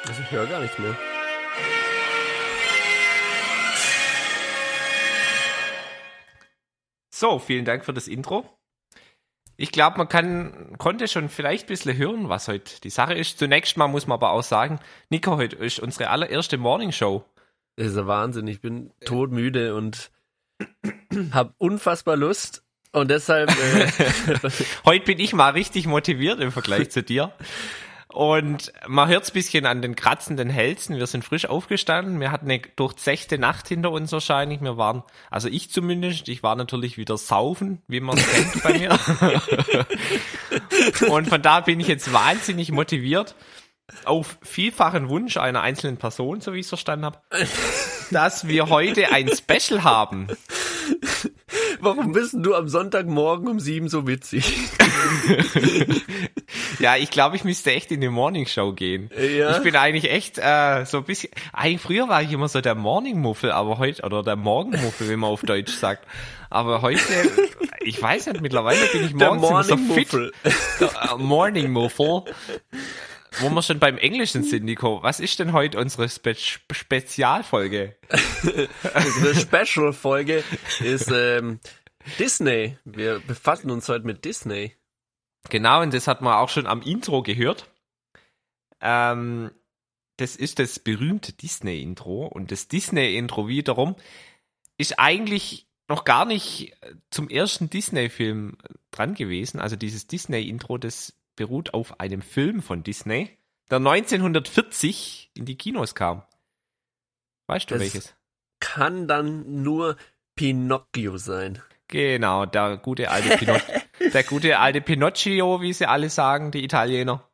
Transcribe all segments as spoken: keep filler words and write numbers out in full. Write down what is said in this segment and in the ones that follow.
Also ich höre gar nichts mehr. So, vielen Dank für das Intro. Ich glaube, man kann, konnte schon vielleicht ein bisschen hören, was heute die Sache ist. Zunächst mal muss man aber auch sagen, Nico, heute ist unsere allererste Morningshow. Das ist ja Wahnsinn. Ich bin todmüde und habe unfassbar Lust. Und deshalb... Äh, heute bin ich mal richtig motiviert im Vergleich zu dir. Und man hört es ein bisschen an den kratzenden Hälsen. Wir sind frisch aufgestanden. Wir hatten eine durchzechte Nacht hinter uns wahrscheinlich. Wir waren, also ich zumindest, ich war natürlich wieder saufen, wie man es kennt bei mir. Und von da bin ich jetzt wahnsinnig motiviert, auf vielfachen Wunsch einer einzelnen Person, so wie ich es verstanden habe, dass wir heute ein Special haben. Warum bist du am Sonntagmorgen um sieben so witzig? Ja, ich glaube, ich müsste echt in die Morningshow gehen. Ja. Ich bin eigentlich echt äh, so ein bisschen... Eigentlich früher war ich immer so der Morning-Muffel, aber heute... Oder der Morgenmuffel, wie man auf Deutsch sagt. Aber heute... Ich weiß nicht, mittlerweile bin ich morgens immer so fit. Der Morning-Muffel. Wo wir schon beim Englischen sind, Nico. Was ist denn heute unsere Spe- Spezialfolge? Unsere Special-Folge ist ähm, Disney. Wir befassen uns heute mit Disney. Genau, und das hat man auch schon am Intro gehört. Ähm, das ist das berühmte Disney-Intro. Und das Disney-Intro wiederum ist eigentlich noch gar nicht zum ersten Disney-Film dran gewesen. Also dieses Disney-Intro, das beruht auf einem Film von Disney, der neunzehnhundertvierzig in die Kinos kam. Weißt du das welches? Kann dann nur Pinocchio sein. Genau, der gute alte Pinocchio. Der gute alte Pinocchio, wie sie alle sagen, die Italiener.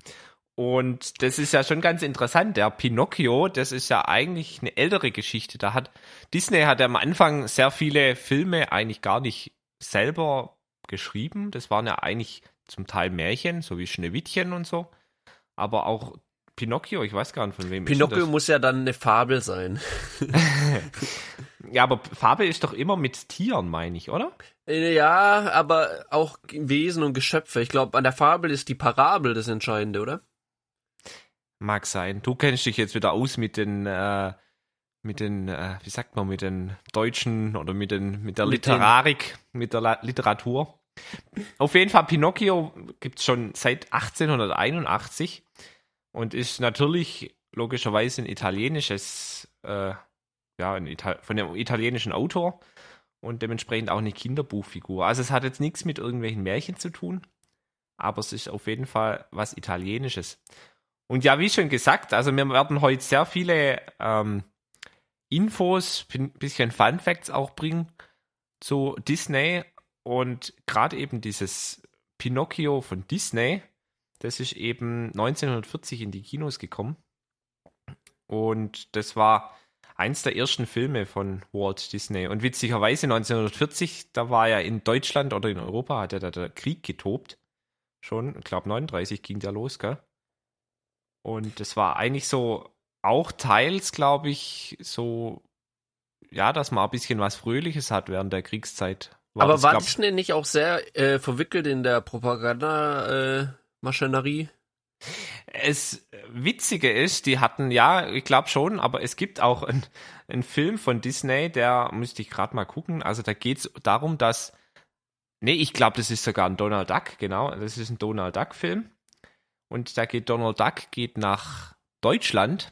Und das ist ja schon ganz interessant. Der Pinocchio, das ist ja eigentlich eine ältere Geschichte. Da hat Disney hat am Anfang sehr viele Filme eigentlich gar nicht selber geschrieben. Das waren ja eigentlich zum Teil Märchen, so wie Schneewittchen und so. Aber auch Pinocchio, ich weiß gar nicht, von wem Pinocchio ist das? muss ja dann eine Fabel sein. Ja, aber Fabel ist doch immer mit Tieren, meine ich, oder? Ja, aber auch Wesen und Geschöpfe. Ich glaube, an der Fabel ist die Parabel das Entscheidende, oder? Mag sein. Du kennst dich jetzt wieder aus mit den, äh, mit den, äh, wie sagt man, mit den Deutschen oder mit den, mit der Mit Literarik, mit der La- Literatur. Auf jeden Fall, Pinocchio gibt's schon seit achtzehnhunderteinundachtzig und ist natürlich logischerweise ein italienisches, äh, ja, ein Ital- von einem italienischen Autor und dementsprechend auch eine Kinderbuchfigur. Also es hat jetzt nichts mit irgendwelchen Märchen zu tun, aber es ist auf jeden Fall was Italienisches. Und ja, wie schon gesagt, also wir werden heute sehr viele ähm, Infos, ein bisschen Fun Facts auch bringen zu Disney. Und gerade eben dieses Pinocchio von Disney, das ist eben neunzehnhundertvierzig in die Kinos gekommen. Und das war eins der ersten Filme von Walt Disney. Und witzigerweise neunzehnhundertvierzig, da war ja in Deutschland oder in Europa, hat ja da der Krieg getobt. Schon, ich glaube neununddreißig ging der los, gell? Und das war eigentlich so auch teils, glaube ich, so, ja, dass man ein bisschen was Fröhliches hat während der Kriegszeit. War aber das, war glaub, Disney nicht auch sehr äh, verwickelt in der Propaganda-Maschinerie? Äh, es Witzige ist, die hatten, ja, ich glaube schon, aber es gibt auch einen, einen Film von Disney, der, müsste ich gerade mal gucken, also da geht es darum, dass, nee, ich glaube, das ist sogar ein Donald Duck, genau, das ist ein Donald Duck-Film. Und da geht Donald Duck geht nach Deutschland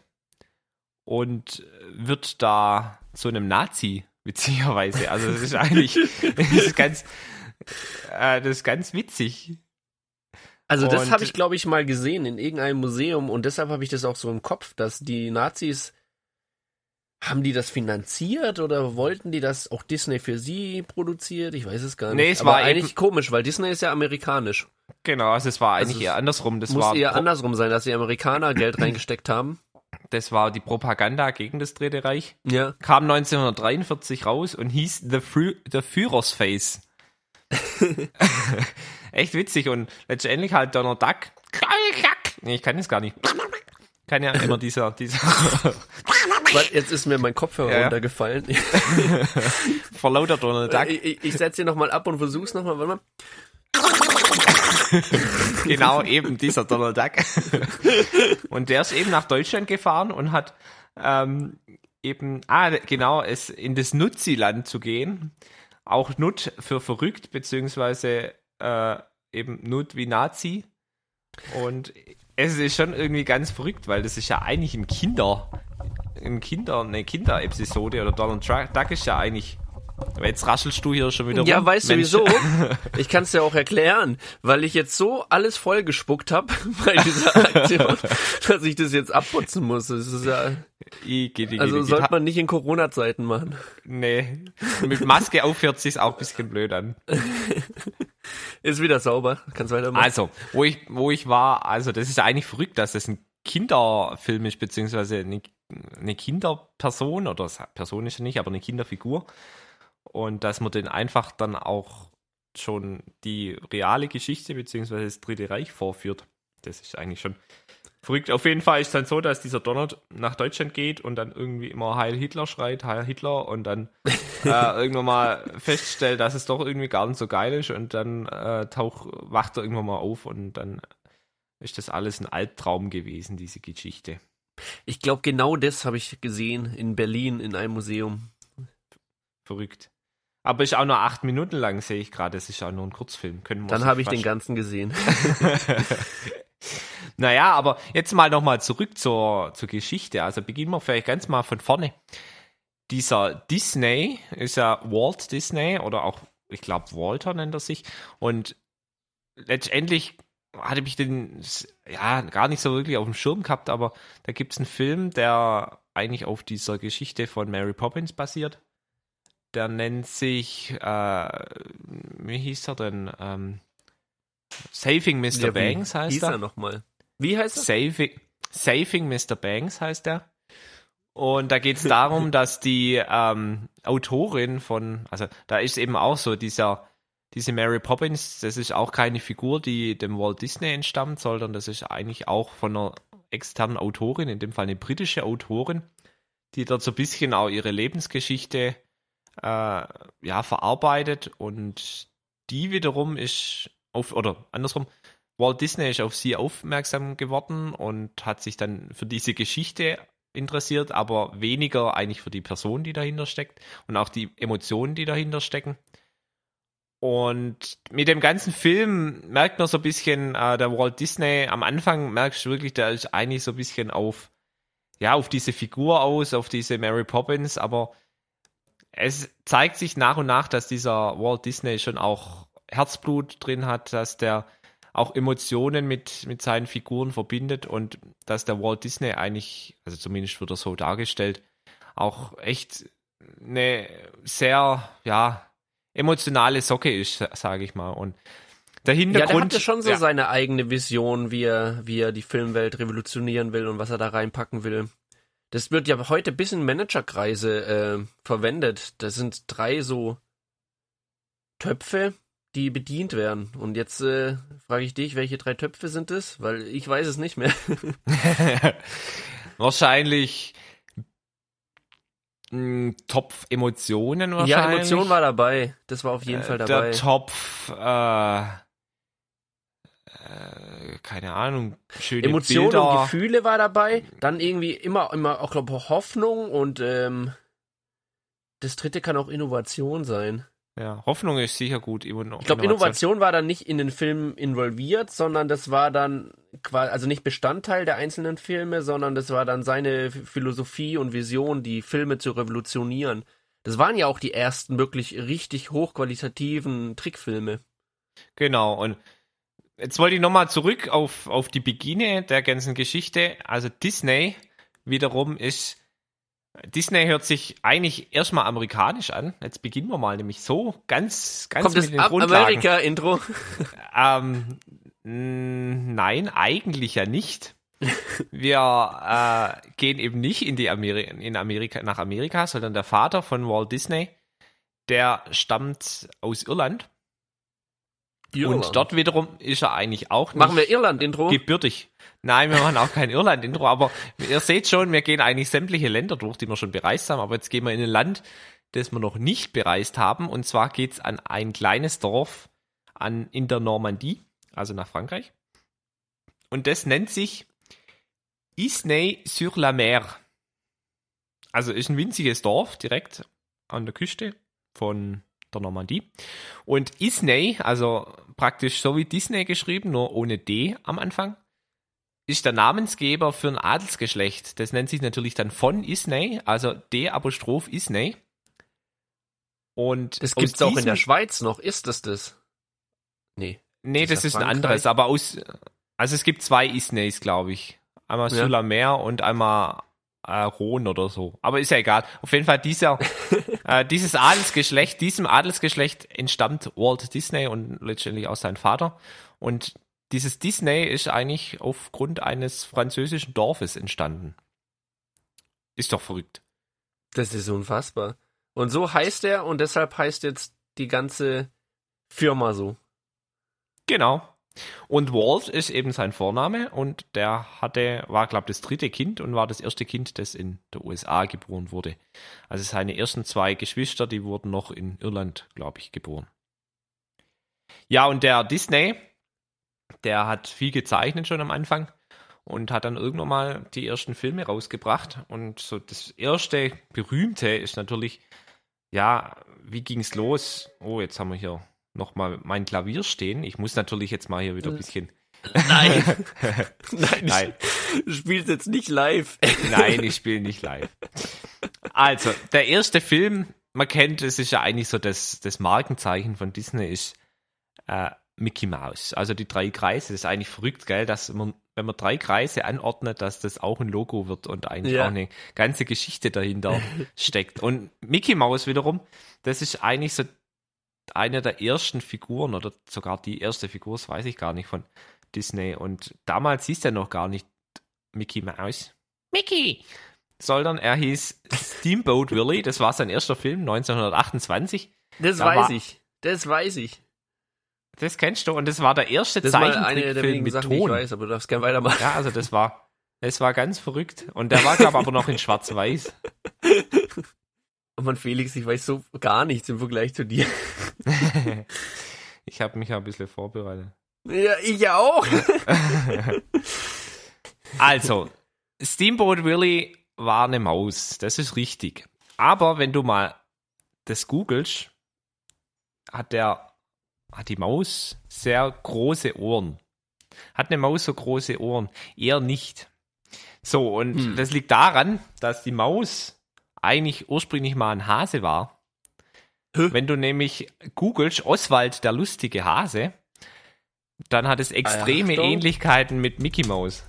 und wird da zu einem Nazi, witzigerweise. Also das ist eigentlich das ist ganz, äh, das ist ganz witzig. Also das Und- habe ich, glaube ich, mal gesehen in irgendeinem Museum und deshalb habe ich das auch so im Kopf, dass die Nazis, haben die das finanziert oder wollten die das auch Disney für sie produziert? Ich weiß es gar nicht. Nee, es Aber war eigentlich eben- komisch, weil Disney ist ja amerikanisch. Genau, also es war eigentlich Also es eher andersrum. Das Muss war eher Pro- andersrum sein, dass die Amerikaner Geld reingesteckt haben. Das war die Propaganda gegen das Dritte Reich. Ja. Kam neunzehnhundertdreiundvierzig raus und hieß The, Fru- The Führersface. Echt witzig und letztendlich halt Donald Duck. Nee, ich kann das gar nicht. Kann ja immer dieser, dieser Warte, jetzt ist mir mein Kopfhörer Ja, ja. runtergefallen. vor lauter Donald Duck. Ich, ich, ich setze ihn nochmal ab und versuch's nochmal. Warte mal. Genau, eben dieser Donald Duck. Und der ist eben nach Deutschland gefahren und hat ähm, eben, ah, genau, es in das Nutzi-Land zu gehen. Auch Nut für verrückt, beziehungsweise äh, eben Nut wie Nazi. Und es ist schon irgendwie ganz verrückt, weil das ist ja eigentlich im Kinder, im Kinder, eine Kinderepisode oder Donald Duck ist ja eigentlich. Aber jetzt raschelst du hier schon wieder rum. Ja, weißt du Mensch. wieso? Ich kann es dir auch erklären, weil ich jetzt so alles vollgespuckt habe bei dieser Aktion, dass ich das jetzt abputzen muss. Das ist ja, I, geht, geht, also geht, sollte geht. man nicht in Corona-Zeiten machen. Nee, mit Maske auf hört sich's auch ein bisschen blöd an. Ist wieder sauber, kannst weitermachen. Also, wo ich, wo ich war, also das ist ja eigentlich verrückt, dass das ein Kinderfilm ist, beziehungsweise eine, eine Kinderperson, oder Person ist ja nicht, aber eine Kinderfigur. Und dass man den einfach dann auch schon die reale Geschichte beziehungsweise das Dritte Reich vorführt. Das ist eigentlich schon verrückt. Auf jeden Fall ist es dann so, dass dieser Donald nach Deutschland geht und dann irgendwie immer Heil Hitler schreit, Heil Hitler, und dann äh, irgendwann mal feststellt, dass es doch irgendwie gar nicht so geil ist, und dann äh, tauch, wacht er irgendwann mal auf und dann ist das alles ein Albtraum gewesen, diese Geschichte. Ich glaube, genau das habe ich gesehen in Berlin in einem Museum. Verrückt. Aber ist auch nur acht Minuten lang, sehe ich gerade. Das ist auch nur ein Kurzfilm. Können wir Dann sich habe ich fast- den ganzen gesehen. Naja, aber jetzt mal nochmal zurück zur, zur Geschichte. Also beginnen wir vielleicht ganz mal von vorne. Dieser Disney ist ja Walt Disney oder auch, ich glaube, Walter nennt er sich. Und letztendlich hatte ich den ja gar nicht so wirklich auf dem Schirm gehabt, aber da gibt es einen Film, der eigentlich auf dieser Geschichte von Mary Poppins basiert. Der nennt sich, äh, wie hieß er denn? Ähm, Saving Mister Ja, wie Banks heißt hieß er. er nochmal? Wie heißt er? Saving, Saving Mister Banks heißt er. Und da geht es darum, dass die ähm, Autorin von, also da ist eben auch so, dieser, diese Mary Poppins, das ist auch keine Figur, die dem Walt Disney entstammt, sondern das ist eigentlich auch von einer externen Autorin, in dem Fall eine britische Autorin, die dort so ein bisschen auch ihre Lebensgeschichte äh, ja, verarbeitet, und die wiederum ist auf, oder andersrum, Walt Disney ist auf sie aufmerksam geworden und hat sich dann für diese Geschichte interessiert, aber weniger eigentlich für die Person, die dahinter steckt und auch die Emotionen, die dahinter stecken. Und mit dem ganzen Film merkt man so ein bisschen, äh, der Walt Disney, am Anfang merkst du wirklich, der ist eigentlich so ein bisschen auf, ja, auf diese Figur aus, auf diese Mary Poppins, aber es zeigt sich nach und nach, dass dieser Walt Disney schon auch Herzblut drin hat, dass der auch Emotionen mit, mit seinen Figuren verbindet und dass der Walt Disney eigentlich, also zumindest wird er so dargestellt, auch echt eine sehr, ja, emotionale Socke ist, sage ich mal. Und der Hintergrund... Ja, der hatte schon so ja, seine eigene Vision, wie er, wie er die Filmwelt revolutionieren will und was er da reinpacken will. Das wird ja heute bis in Managerkreise äh, verwendet. Das sind drei so Töpfe, die bedient werden. Und jetzt äh, frage ich dich, welche drei Töpfe sind es? Weil ich weiß es nicht mehr. wahrscheinlich mh, Topf Emotionen wahrscheinlich. Ja, Emotion war dabei. Das war auf jeden Äh, Fall dabei. Der Topf, äh, äh, keine Ahnung, schöne Emotionen Bilder. und Gefühle war dabei. Dann irgendwie immer, immer auch, glaube ich, Hoffnung und ähm, das dritte kann auch Innovation sein. Ja, Hoffnung ist sicher gut. Ich glaube, Innovation war dann nicht in den Film involviert, sondern das war dann quasi, also nicht Bestandteil der einzelnen Filme, sondern das war dann seine Philosophie und Vision, die Filme zu revolutionieren. Das waren ja auch die ersten wirklich richtig hochqualitativen Trickfilme. Genau, und jetzt wollte ich nochmal zurück auf, auf die Beginne der ganzen Geschichte. Also Disney wiederum ist, Disney hört sich eigentlich erstmal amerikanisch an. Jetzt beginnen wir mal nämlich so, ganz, ganz Kommt mit das den Ab Grundlagen. Amerika-Intro? Ähm, mh, nein, eigentlich ja nicht. Wir äh, gehen eben nicht in die Ameri- in Amerika, nach Amerika, sondern der Vater von Walt Disney, der stammt aus Irland. Irland. Und dort wiederum ist er eigentlich auch nicht Machen wir Irland-Intro? gebürtig. Nein, wir machen auch kein Irland-Intro, aber ihr seht schon, wir gehen eigentlich sämtliche Länder durch, die wir schon bereist haben, aber jetzt gehen wir in ein Land, das wir noch nicht bereist haben, und zwar geht's an ein kleines Dorf an, in der Normandie, also nach Frankreich. Und das nennt sich Isnay-sur-la-Mer. Also ist ein winziges Dorf direkt an der Küste von der Normandie. Und Isnay, also praktisch so wie Disney geschrieben, nur ohne D am Anfang, ist der Namensgeber für ein Adelsgeschlecht. Das nennt sich natürlich dann von Isnay, also D-Apostroph Isnay. Und das gibt es auch in der Schweiz noch. Ist das das? Nee. Nee, das, das ist ein anderes. Aber aus, also es gibt zwei Isnays, glaube ich. Einmal ja. Sur-la-Mer und einmal äh, Rhône oder so. Aber ist ja egal. Auf jeden Fall dieser, äh, dieses Adelsgeschlecht, diesem Adelsgeschlecht entstammt Walt Disney und letztendlich auch sein Vater. Und dieses Disney ist eigentlich aufgrund eines französischen Dorfes entstanden. Ist doch verrückt. Das ist unfassbar. Und so heißt er und deshalb heißt jetzt die ganze Firma so. Genau. Und Walt ist eben sein Vorname und der hatte, war glaube ich das dritte Kind und war das erste Kind, das in der U S A geboren wurde. Also seine ersten zwei Geschwister, die wurden noch in Irland, glaube ich, geboren. Ja, und der Disney, der hat viel gezeichnet schon am Anfang und hat dann irgendwann mal die ersten Filme rausgebracht. Und so das erste Berühmte ist natürlich, ja, wie ging's los? Oh, jetzt haben wir hier nochmal mein Klavier stehen. Ich muss natürlich jetzt mal hier wieder ein bisschen... Nein, nein, Nein. Du spielst jetzt nicht live. Nein, ich spiele nicht live. Also, der erste Film, man kennt, es ist ja eigentlich so das, das Markenzeichen von Disney ist äh, Mickey Mouse. Also die drei Kreise, das ist eigentlich verrückt, gell, dass man, wenn man drei Kreise anordnet, dass das auch ein Logo wird und eigentlich ja. auch eine ganze Geschichte dahinter steckt. Und Mickey Mouse wiederum, das ist eigentlich so eine der ersten Figuren oder sogar die erste Figur, das weiß ich gar nicht, von Disney. Und damals hieß er noch gar nicht Mickey Mouse. Mickey! Sondern er hieß Steamboat Willie. Das war sein erster Film, neunzehnhundertachtundzwanzig. Das da weiß war, ich. Das weiß ich. Das kennst du. Und das war der erste das Zeichentrickfilm mit Sachen, Ton. Ich weiß, aber du darfst gerne weitermachen. Ja, also das war, das war ganz verrückt. Und der war, glaube ich, aber noch in schwarz-weiß. Oh Mann, Felix, ich weiß so gar nichts im Vergleich zu dir. Ich habe mich ja ein bisschen vorbereitet. Ja, ich auch. Also, Steamboat Willie war eine Maus, das ist richtig. Aber wenn du mal das googelst, hat der, hat die Maus sehr große Ohren. Hat eine Maus so große Ohren? Eher nicht. So, und hm. das liegt daran, dass die Maus eigentlich ursprünglich mal ein Hase war. Hä? Wenn du nämlich googelst, Oswald der lustige Hase, dann hat es extreme Achtung. Ähnlichkeiten mit Mickey Mouse.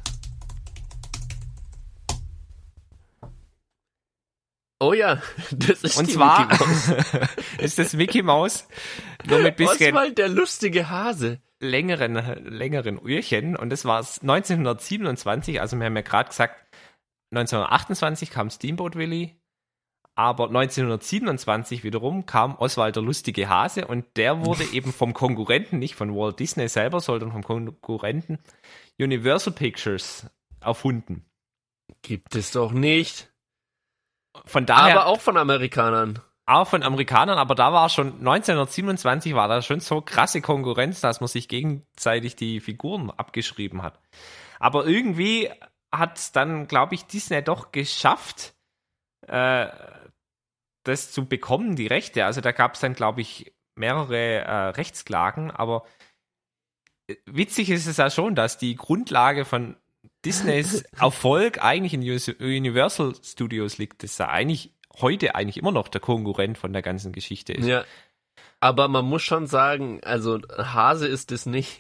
Oh ja, das ist Und die zwar Mickey Mouse. ist das Mickey Mouse nur mit bisschen Oswald der lustige Hase. längeren, längeren Öhrchen. Und das war neunzehnhundertsiebenundzwanzig, also wir haben ja gerade gesagt, neunzehnhundertachtundzwanzig kam Steamboat Willie, aber neunzehnhundertsiebenundzwanzig wiederum kam Oswald der lustige Hase und der wurde eben vom Konkurrenten, nicht von Walt Disney selber, sondern vom Konkurrenten Universal Pictures erfunden. Gibt es doch nicht. Von daher, aber auch von Amerikanern. Auch von Amerikanern, aber da war schon, neunzehnhundertsiebenundzwanzig war da schon so krasse Konkurrenz, dass man sich gegenseitig die Figuren abgeschrieben hat. Aber irgendwie hat es dann, glaube ich, Disney doch geschafft, äh, das zu bekommen, die Rechte. Also da gab es dann, glaube ich, mehrere äh, Rechtsklagen, aber witzig ist es ja schon, dass die Grundlage von Disneys Erfolg eigentlich in Universal Studios liegt, das ja eigentlich heute eigentlich immer noch der Konkurrent von der ganzen Geschichte ist. Ja, aber man muss schon sagen, also Hase ist es nicht.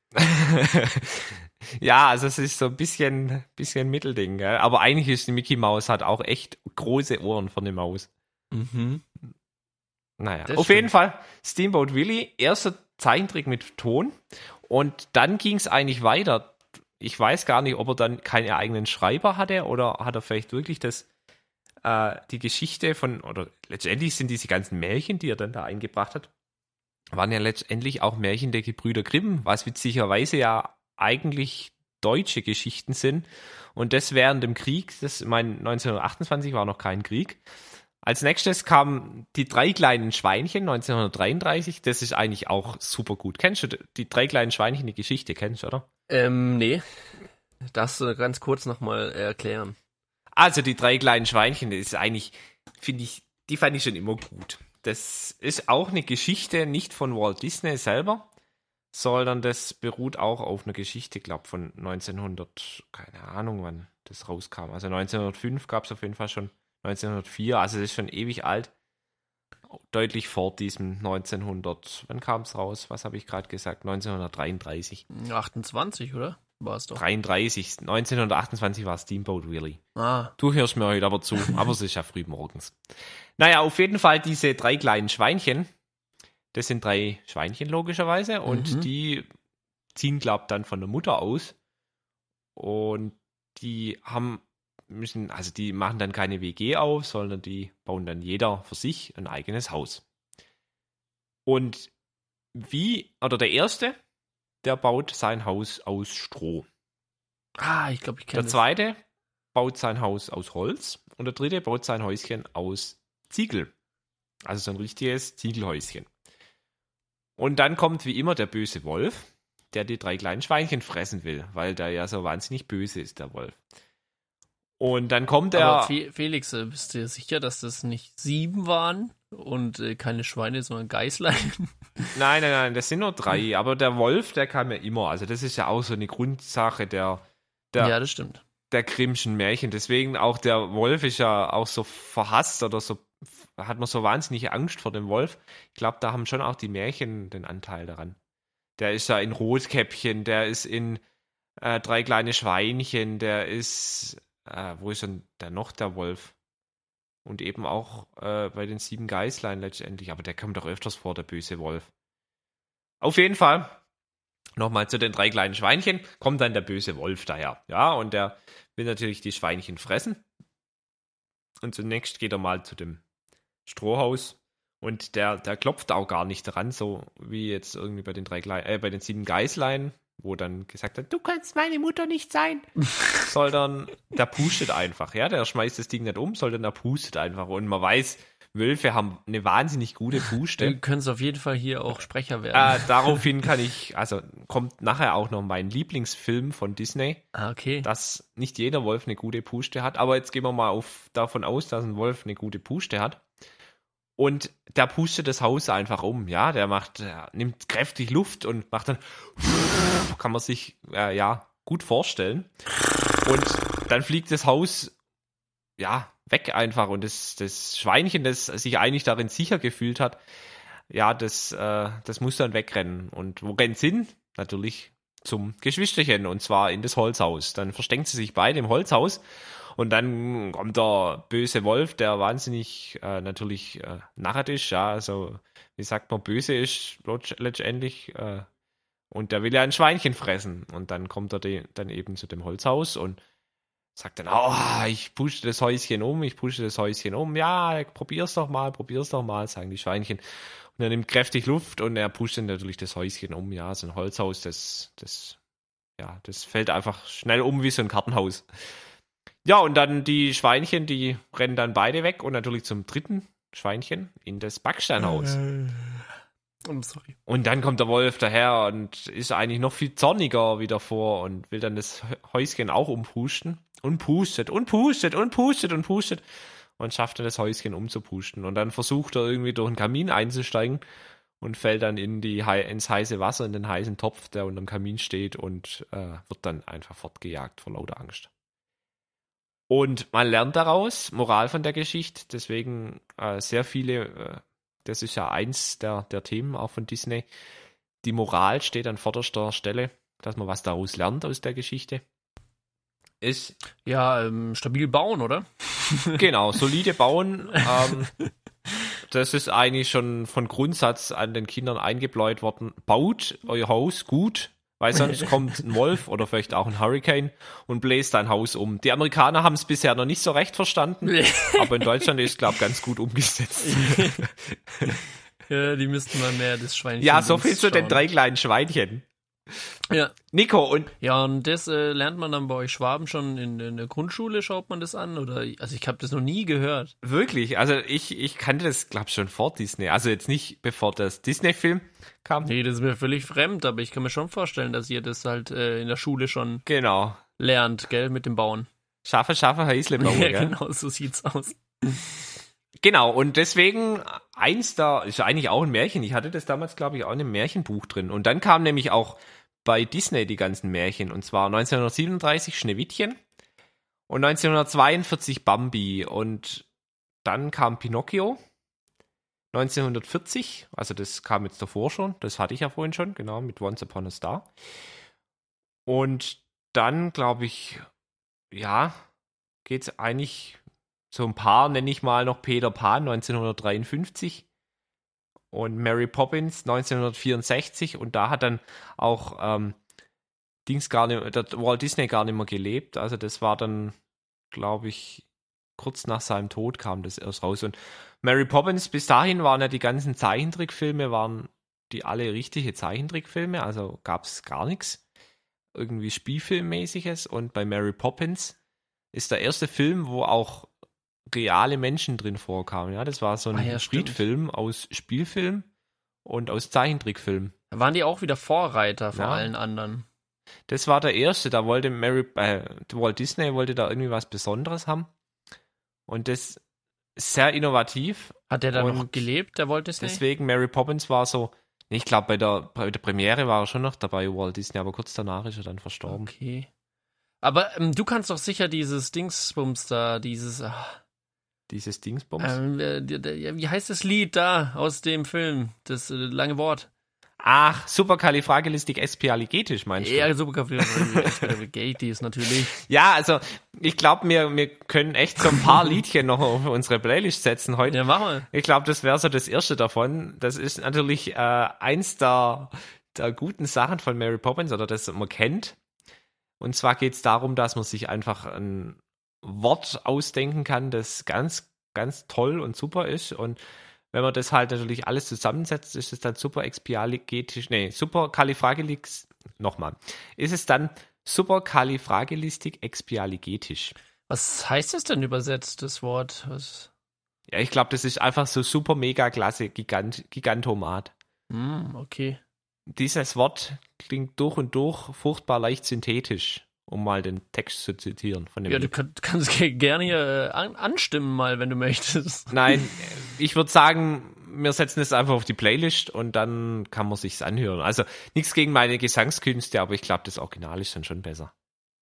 Ja, also es ist so ein bisschen, bisschen Mittelding, gell? Aber eigentlich ist die Mickey Mouse hat auch echt große Ohren für eine Maus. Mhm. Naja, das auf stimmt. jeden Fall Steamboat Willie, erster Zeichentrick mit Ton und dann ging es eigentlich weiter. Ich weiß gar nicht, ob er dann keinen eigenen Schreiber hatte oder hat er vielleicht wirklich das äh, die Geschichte von, oder letztendlich sind diese ganzen Märchen, die er dann da eingebracht hat, waren ja letztendlich auch Märchen der Gebrüder Grimm, was witzigerweise ja eigentlich deutsche Geschichten sind und das während dem Krieg, das, ich meine, neunzehnhundertachtundzwanzig war noch kein Krieg Als nächstes kamen die drei kleinen Schweinchen neunzehnhundertdreiunddreißig. Das ist eigentlich auch super gut. Kennst du die drei kleinen Schweinchen, die Geschichte, kennst du, oder? Ähm, nee. Darfst du ganz kurz nochmal erklären? Also die drei kleinen Schweinchen, das ist eigentlich, finde ich, die fand ich schon immer gut. Das ist auch eine Geschichte nicht von Walt Disney selber, sondern das beruht auch auf einer Geschichte, glaube ich, von neunzehnhundert, keine Ahnung, wann das rauskam. Also neunzehnhundertfünf gab es auf jeden Fall schon, neunzehnhundertvier, also das ist schon ewig alt. Deutlich vor diesem neunzehnhundert, wann kam es raus? Was habe ich gerade gesagt? neunzehnhundertdreiunddreißig. achtundzwanzig, oder? War es doch. dreiunddreißig, neunzehnhundertachtundzwanzig war Steamboat Willie. Ah. Du hörst mir heute aber zu, aber es ist ja früh morgens. Naja, auf jeden Fall diese drei kleinen Schweinchen, das sind drei Schweinchen logischerweise und Mhm. die ziehen, glaube ich, dann von der Mutter aus und die haben müssen, also die machen dann keine W G auf, sondern die bauen dann jeder für sich ein eigenes Haus. Und wie, oder der Erste, der baut sein Haus aus Stroh. Ah, ich glaube, ich kenne Der das. Zweite baut sein Haus aus Holz und der Dritte baut sein Häuschen aus Ziegel. Also so ein richtiges Ziegelhäuschen. Und dann kommt wie immer der böse Wolf, der die drei kleinen Schweinchen fressen will, weil der ja so wahnsinnig böse ist, der Wolf. Und dann kommt er... Aber Fe- Felix, äh, bist du dir sicher, dass das nicht sieben waren und äh, keine Schweine, sondern Geißlein? Nein, nein, nein, das sind nur drei. Aber der Wolf, der kam ja immer. Also das ist ja auch so eine Grundsache der, der, Ja, das stimmt. der Grimmschen Märchen. Deswegen auch der Wolf ist ja auch so verhasst oder so, hat man so wahnsinnige Angst vor dem Wolf. Ich glaube, da haben schon auch die Märchen den Anteil daran. Der ist ja in Rotkäppchen, der ist in äh, drei kleine Schweinchen, der ist, äh, wo ist denn der noch, der Wolf? Und eben auch äh, bei den sieben Geißlein letztendlich. Aber der kommt doch öfters vor, der böse Wolf. Auf jeden Fall, nochmal zu den drei kleinen Schweinchen, kommt dann der böse Wolf daher. Ja, und der will natürlich die Schweinchen fressen. Und zunächst geht er mal zu dem Strohhaus. Und der, der klopft auch gar nicht dran, so wie jetzt irgendwie bei den drei Klei- äh, bei den sieben Geißlein, wo dann gesagt hat, du kannst meine Mutter nicht sein. Sondern der pustet einfach, ja, der schmeißt das Ding nicht um, sondern der pustet einfach. Und man weiß, Wölfe haben eine wahnsinnig gute Puste. Du könntest auf jeden Fall hier auch Sprecher werden. Äh, daraufhin kann ich, also kommt nachher auch noch mein Lieblingsfilm von Disney, Ah, okay. dass nicht jeder Wolf eine gute Puste hat, aber jetzt gehen wir mal auf, davon aus, dass ein Wolf eine gute Puste hat. Und der pustet das Haus einfach um, ja, der macht, der nimmt kräftig Luft und macht dann, kann man sich, äh, ja, gut vorstellen. Und dann fliegt das Haus, ja, weg einfach und das, das Schweinchen, das sich eigentlich darin sicher gefühlt hat, ja, das, äh, das muss dann wegrennen. Und wo rennt es hin? Natürlich zum Geschwisterchen und zwar in das Holzhaus. Dann versteckt sie sich beide im Holzhaus und dann kommt der böse Wolf, der wahnsinnig äh, natürlich äh, narrisch, ja, also wie sagt man, böse ist letztendlich äh, und der will ja ein Schweinchen fressen und dann kommt er de- dann eben zu dem Holzhaus und sagt dann, oh, ich pushe das Häuschen um, ich pushe das Häuschen um, ja, probier's doch mal, probier's doch mal, sagen die Schweinchen. Und er nimmt kräftig Luft und er pusht dann natürlich das Häuschen um, ja, so ein Holzhaus, das, das, ja, das fällt einfach schnell um wie so ein Kartenhaus. Ja, und dann die Schweinchen, die rennen dann beide weg und natürlich zum dritten Schweinchen in das Backsteinhaus. Oh, sorry. Und dann kommt der Wolf daher und ist eigentlich noch viel zorniger wie davor und will dann das Häuschen auch umpusten. Und pustet und pustet und pustet und pustet und schafft dann das Häuschen umzupusten. Und dann versucht er irgendwie durch den Kamin einzusteigen und fällt dann in die, ins heiße Wasser, in den heißen Topf, der unter dem Kamin steht und äh, wird dann einfach fortgejagt vor lauter Angst. Und man lernt daraus, Moral von der Geschichte, deswegen äh, sehr viele, äh, das ist ja eins der, der Themen auch von Disney, die Moral steht an vorderster Stelle, dass man was daraus lernt aus der Geschichte. Ist Ja, ähm, stabil bauen, oder? genau, solide bauen, ähm, das ist eigentlich schon von Grundsatz an den Kindern eingebläut worden. Baut euer Haus gut, weil sonst kommt ein Wolf oder vielleicht auch ein Hurricane und bläst dein Haus um. Die Amerikaner haben es bisher noch nicht so recht verstanden, aber in Deutschland ist es, glaube ich, ganz gut umgesetzt. Ja, die müssten mal mehr das Schweinchen. Ja, so viel zu den schauen. drei kleinen Schweinchen. Ja. Nico, und Ja, und das äh, lernt man dann bei euch Schwaben schon in, in der Grundschule, schaut man das an? Oder also ich habe das noch nie gehört. wirklich, also ich, ich kannte das, glaube ich, schon vor Disney. Also jetzt nicht, bevor das Disney-Film kam. Nee, das ist mir völlig fremd, aber ich kann mir schon vorstellen, dass ihr das halt äh, in der Schule schon Genau. lernt, gell, mit dem Bauen. Schaffe, schaffe, Häusle bauen, Ja, gell? genau, so sieht's aus. Genau, und deswegen, eins da, ist eigentlich auch ein Märchen. Ich hatte das damals, glaube ich, auch in einem Märchenbuch drin. Und dann kam nämlich auch bei Disney die ganzen Märchen. Und zwar neunzehnhundertsiebenunddreißig Schneewittchen und neunzehnhundertzweiundvierzig Bambi. Und dann kam Pinocchio. neunzehnhundertvierzig, also das kam jetzt davor schon, das hatte ich ja vorhin schon, genau, mit Once Upon a Star. Und dann, glaube ich, ja, geht es eigentlich so ein paar, nenne ich mal noch Peter Pan neunzehnhundertdreiundfünfzig und Mary Poppins neunzehnhundertvierundsechzig und da hat dann auch ähm, Dings gar nicht, der Walt Disney gar nicht mehr gelebt, also das war dann, glaube ich, kurz nach seinem Tod kam das erst raus und Mary Poppins, bis dahin waren ja die ganzen Zeichentrickfilme, waren die alle richtige Zeichentrickfilme, also gab es gar nichts, irgendwie Spielfilmmäßiges und bei Mary Poppins ist der erste Film, wo auch reale Menschen drin vorkamen. Ja, das war so ein Ah ja, Hybridfilm aus Spielfilm und aus Zeichentrickfilm. Da waren die auch wieder Vorreiter vor Ja. allen anderen. Das war der erste, da wollte Mary, äh, Walt Disney wollte da irgendwie was Besonderes haben. Und das ist sehr innovativ. Hat der da noch Und gelebt, der Walt Disney? Deswegen Mary Poppins war so, ich glaube, bei der, bei der Premiere war er schon noch dabei, Walt Disney, aber kurz danach ist er dann verstorben. Okay. Aber ähm, du kannst doch sicher dieses Dingsbums da, dieses, ach, Dieses Dingsbums. ähm, äh, die- die- wie heißt das Lied da aus dem Film? Das äh, lange Wort. Ach, Supercalifragilisticexpialigetisch meinst du? Ja, Supercalifragilisticexpialidocious natürlich. Ja, also ich glaube, wir, wir können echt so ein paar Liedchen noch auf unsere Playlist setzen heute. Ja, mach mal. Ich glaube, das wäre so das erste davon. Das ist natürlich äh, eins der, der guten Sachen von Mary Poppins oder das man kennt. Und zwar geht es darum, dass man sich einfach ein Wort ausdenken kann, das ganz, ganz toll und super ist. Und wenn man das halt natürlich alles zusammensetzt, ist es dann super expialigetisch, nee, super califragilis, nochmal, ist es dann super califragilistic expialigetisch. Was heißt das denn übersetzt, das Wort? Was? Ja, ich glaube, das ist einfach so super mega klasse, Gigant, Gigantomat. Hm, okay. Dieses Wort klingt durch und durch furchtbar leicht synthetisch, um mal den Text zu zitieren von dem Ja, du Lied. kann, kannst ge- gerne hier äh, an, anstimmen mal, wenn du möchtest. Nein, ich würde sagen, wir setzen es einfach auf die Playlist und dann kann man sich's anhören. Also nichts gegen meine Gesangskünste, aber ich glaube, das Original ist dann schon besser.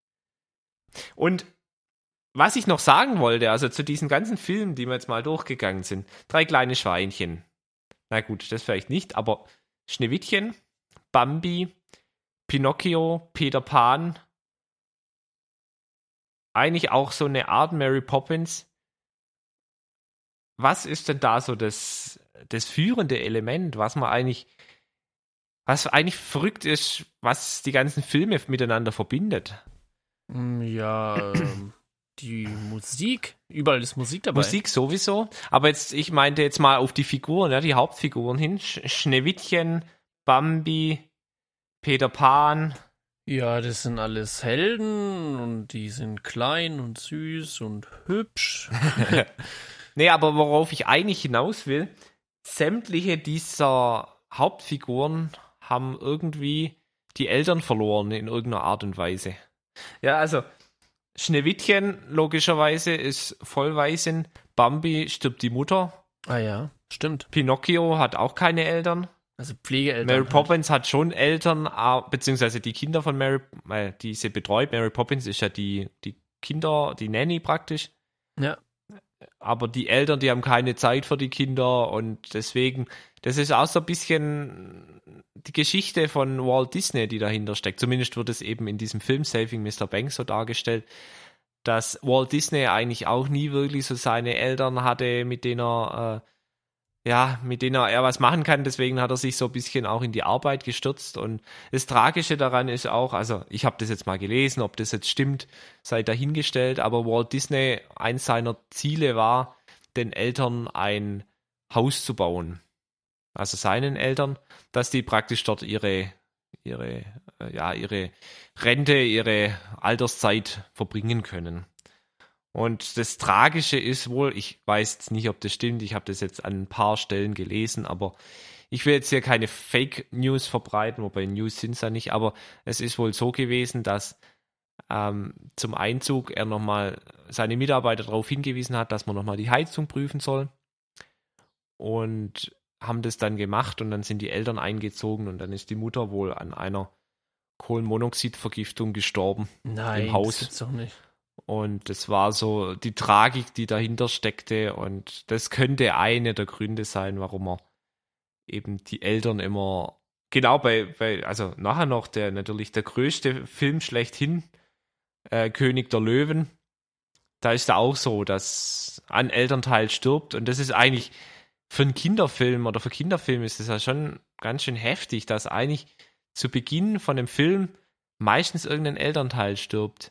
Und was ich noch sagen wollte, also zu diesen ganzen Filmen, die wir jetzt mal durchgegangen sind, drei kleine Schweinchen. Na gut, das vielleicht nicht, aber Schneewittchen, Bambi, Pinocchio, Peter Pan, eigentlich auch so eine Art Mary Poppins. Was ist denn da so das, das führende Element, was man eigentlich, was eigentlich verrückt ist, was die ganzen Filme miteinander verbindet? Hm, Ja, ähm, die Musik. Überall ist Musik dabei. Musik sowieso, aber jetzt, ich meinte jetzt mal auf die Figuren, ja, die Hauptfiguren hin. Sch- Schneewittchen, Bambi, Peter Pan. Ja, das sind alles Helden und die sind klein und süß und hübsch. Nee, aber worauf ich eigentlich hinaus will, sämtliche dieser Hauptfiguren haben irgendwie die Eltern verloren in irgendeiner Art und Weise. Ja, also Schneewittchen logischerweise ist Vollwaisen, Bambi stirbt die Mutter, Ah ja, stimmt. Pinocchio hat auch keine Eltern, Also Pflegeeltern. Mary halt. Poppins hat schon Eltern, ah, beziehungsweise die Kinder von Mary, äh, die sie betreut. Mary Poppins ist ja die, die Kinder, die Nanny praktisch. Ja. Aber die Eltern, die haben keine Zeit für die Kinder und deswegen, das ist auch so ein bisschen die Geschichte von Walt Disney, die dahinter steckt. Zumindest wird es eben in diesem Film Saving Mister Banks so dargestellt, dass Walt Disney eigentlich auch nie wirklich so seine Eltern hatte, mit denen er, äh, ja, mit denen er was machen kann. Deswegen hat er sich so ein bisschen auch in die Arbeit gestürzt. Und das Tragische daran ist auch, also ich habe das jetzt mal gelesen, ob das jetzt stimmt, sei dahingestellt, aber Walt Disney, eins seiner Ziele war, den Eltern ein Haus zu bauen. Also seinen Eltern, dass die praktisch dort ihre ihre, äh, ja, ihre Rente, ihre Alterszeit verbringen können. Und das Tragische ist wohl, ich weiß jetzt nicht, ob das stimmt, ich habe das jetzt an ein paar Stellen gelesen, aber ich will jetzt hier keine Fake News verbreiten, wobei News sind es ja nicht, aber es ist wohl so gewesen, dass ähm, zum Einzug er nochmal seine Mitarbeiter darauf hingewiesen hat, dass man nochmal die Heizung prüfen soll. Und haben das dann gemacht und dann sind die Eltern eingezogen und dann ist die Mutter wohl an einer Kohlenmonoxidvergiftung gestorben. Nein, im Haus. das gibt's doch nicht. Und das war so die Tragik, die dahinter steckte. Und das könnte eine der Gründe sein, warum er eben die Eltern immer, genau bei, bei also nachher noch der natürlich der größte Film schlechthin, äh, König der Löwen. Da ist es auch so, dass ein Elternteil stirbt. Und das ist eigentlich für einen Kinderfilm oder für Kinderfilme ist das ja schon ganz schön heftig, dass eigentlich zu Beginn von dem Film meistens irgendein Elternteil stirbt.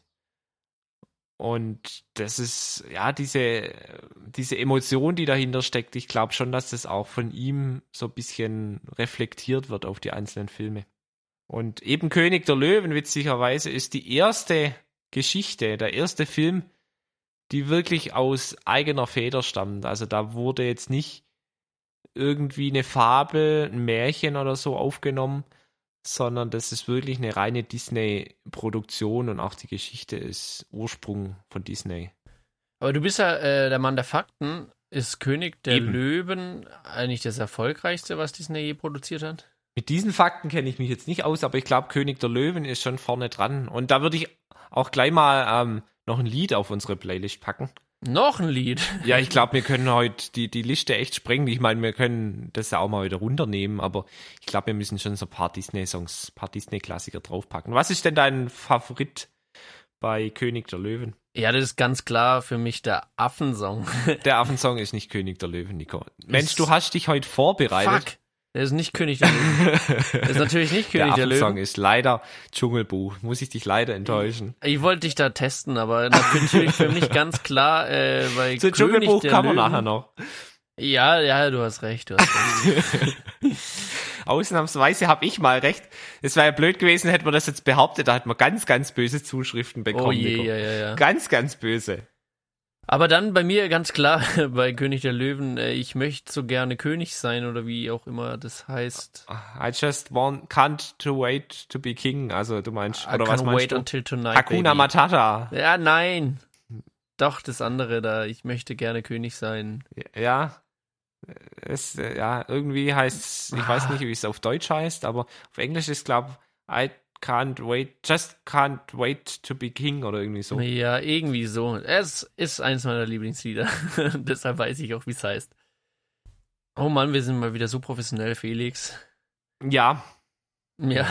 Und das ist, ja, diese, diese Emotion, die dahinter steckt, ich glaube schon, dass das auch von ihm so ein bisschen reflektiert wird auf die einzelnen Filme. Und eben König der Löwen, witzigerweise, ist die erste Geschichte, der erste Film, die wirklich aus eigener Feder stammt. Also da wurde jetzt nicht irgendwie eine Fabel, ein Märchen oder so aufgenommen, sondern das ist wirklich eine reine Disney-Produktion und auch die Geschichte ist Ursprung von Disney. Aber du bist ja äh, der Mann der Fakten. Ist König der Eben. Löwen eigentlich das erfolgreichste, was Disney je produziert hat? Mit diesen Fakten kenne ich mich jetzt nicht aus, aber ich glaube, König der Löwen ist schon vorne dran. Und da würde ich auch gleich mal ähm, noch ein Lied auf unsere Playlist packen. Noch ein Lied? Ja, ich glaube, wir können heute die, die Liste echt sprengen. Ich meine, wir können das ja auch mal wieder runternehmen, aber ich glaube, wir müssen schon so ein paar Disney-Songs, ein paar Disney-Klassiker draufpacken. Was ist denn dein Favorit bei König der Löwen? Ja, das ist ganz klar für mich der Affensong. Der Affensong ist nicht König der Löwen, Nico. Mensch, Ist- du hast dich heute vorbereitet. Fuck, der ist nicht König der Löwen. Das ist natürlich nicht Der König der, Affensong Löwen. ist leider Dschungelbuch. Muss ich dich leider enttäuschen. Ich wollte dich da testen, aber natürlich für mich ganz klar äh, bei Zu König Dschungelbuch der kann man Löwen. nachher noch. Ja, ja, du hast recht. Du hast recht. Ausnahmsweise habe ich mal recht. Es wäre ja blöd gewesen, hätten wir das jetzt behauptet. Da hätten wir ganz, ganz böse Zuschriften bekommen. Oh je, Nico. ja, ja, ja. Ganz, ganz böse. Aber dann bei mir ganz klar, bei König der Löwen, äh, ich möchte so gerne König sein oder wie auch immer das heißt. I just want, can't to wait to be king. Also du meinst, I oder was can't meinst wait du? until tonight, Hakuna baby. Matata. Ja, nein. Doch, das andere da. Ich möchte gerne König sein. Ja. Es, äh, ja, irgendwie heißt es, ich weiß nicht, wie es auf Deutsch heißt, aber auf Englisch ist, glaube I can't wait, just can't wait to be king oder irgendwie so. Ja, irgendwie so. Es ist eins meiner Lieblingslieder. Deshalb weiß ich auch, wie es heißt. Oh Mann, wir sind mal wieder so professionell, Felix. Ja. Ja.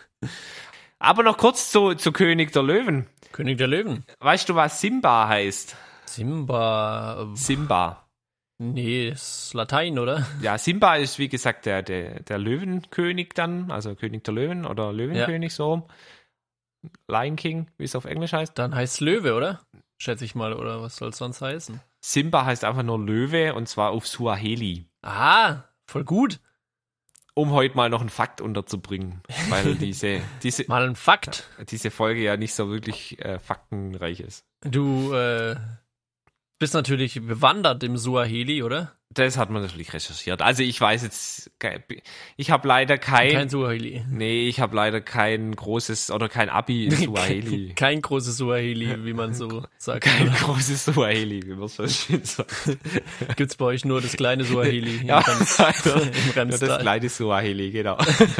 Aber noch kurz zu, zu König der Löwen. König der Löwen. Weißt du, was Simba heißt? Simba. Simba. Nee, ist Latein, oder? Ja, Simba ist wie gesagt der, der, der Löwenkönig dann, also König der Löwen oder Löwenkönig so rum. Lion King, wie es auf Englisch heißt. Dann heißt es Löwe, oder? Schätze ich mal, oder was soll es sonst heißen? Simba heißt einfach nur Löwe und zwar auf Suaheli. Ah, voll gut. Um heute mal noch einen Fakt unterzubringen, weil diese, diese, Mal ein Fakt. diese Folge ja nicht so wirklich äh, faktenreich ist. Du äh, bist natürlich bewandert im Suaheli, oder? Das hat man natürlich recherchiert. Also ich weiß jetzt, ke- ich habe leider kein, Kein Suaheli. nee, ich habe leider kein großes oder kein Abi in Suaheli. Kein, kein großes Suaheli, wie man so sagt. Kein großes Suaheli, wie man so schön sagt. Gibt's bei euch nur das kleine Suaheli Ja, im, Rems, leider. im Nur das Remstal? kleine Suaheli, genau.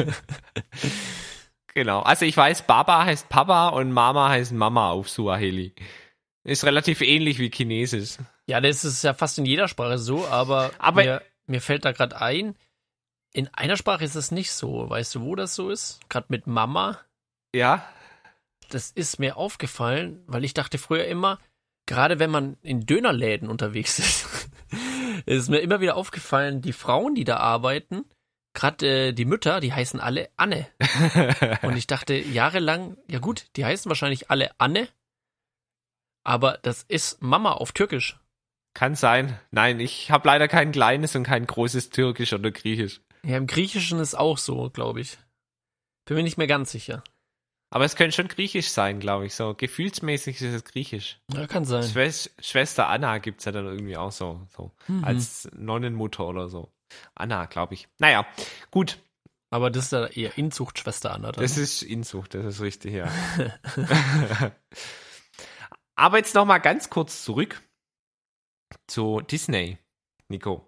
Genau. Also ich weiß, Baba heißt Papa und Mama heißt Mama auf Suaheli. Ist relativ ähnlich wie Chinesisch. Ja, das ist ja fast in jeder Sprache so, aber, Aber- mir, mir fällt da gerade ein, in einer Sprache ist es nicht so. Weißt du, wo das so ist? Gerade mit Mama. Ja? Das ist mir aufgefallen, weil ich dachte früher immer, gerade wenn man in Dönerläden unterwegs ist, ist mir immer wieder aufgefallen, die Frauen, die da arbeiten, gerade äh, die Mütter, die heißen alle Anne. Und ich dachte jahrelang, ja gut, die heißen wahrscheinlich alle Anne, aber das ist Mama auf Türkisch. Kann sein. Nein, ich habe leider kein kleines und kein großes Türkisch oder Griechisch. Ja, im Griechischen ist auch so, glaube ich. Bin mir nicht mehr ganz sicher. Aber es könnte schon griechisch sein, glaube ich. So gefühlsmäßig ist es griechisch. Ja, kann sein. Schwest- Schwester Anna gibt es ja dann irgendwie auch so, so Mhm. als Nonnenmutter oder so. Anna, glaube ich. Naja, gut. Aber das ist ja eher Inzuchtschwester Anna dann. Das ist Inzucht, das ist richtig, ja. Aber jetzt noch mal ganz kurz zurück zu Disney, Nico.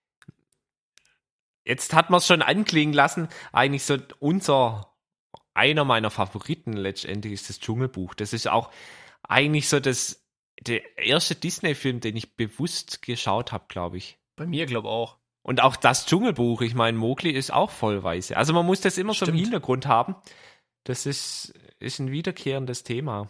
Jetzt hat man es schon anklingen lassen, eigentlich so unser, einer meiner Favoriten letztendlich ist das Dschungelbuch. Das ist auch eigentlich so das, der erste Disney-Film, den ich bewusst geschaut habe, glaube ich. Bei mir, glaube auch. Und auch das Dschungelbuch, ich meine, Mowgli ist auch voll weiße. Also man muss das immer so im Stimmt. Hintergrund haben. Das ist, ist ein wiederkehrendes Thema.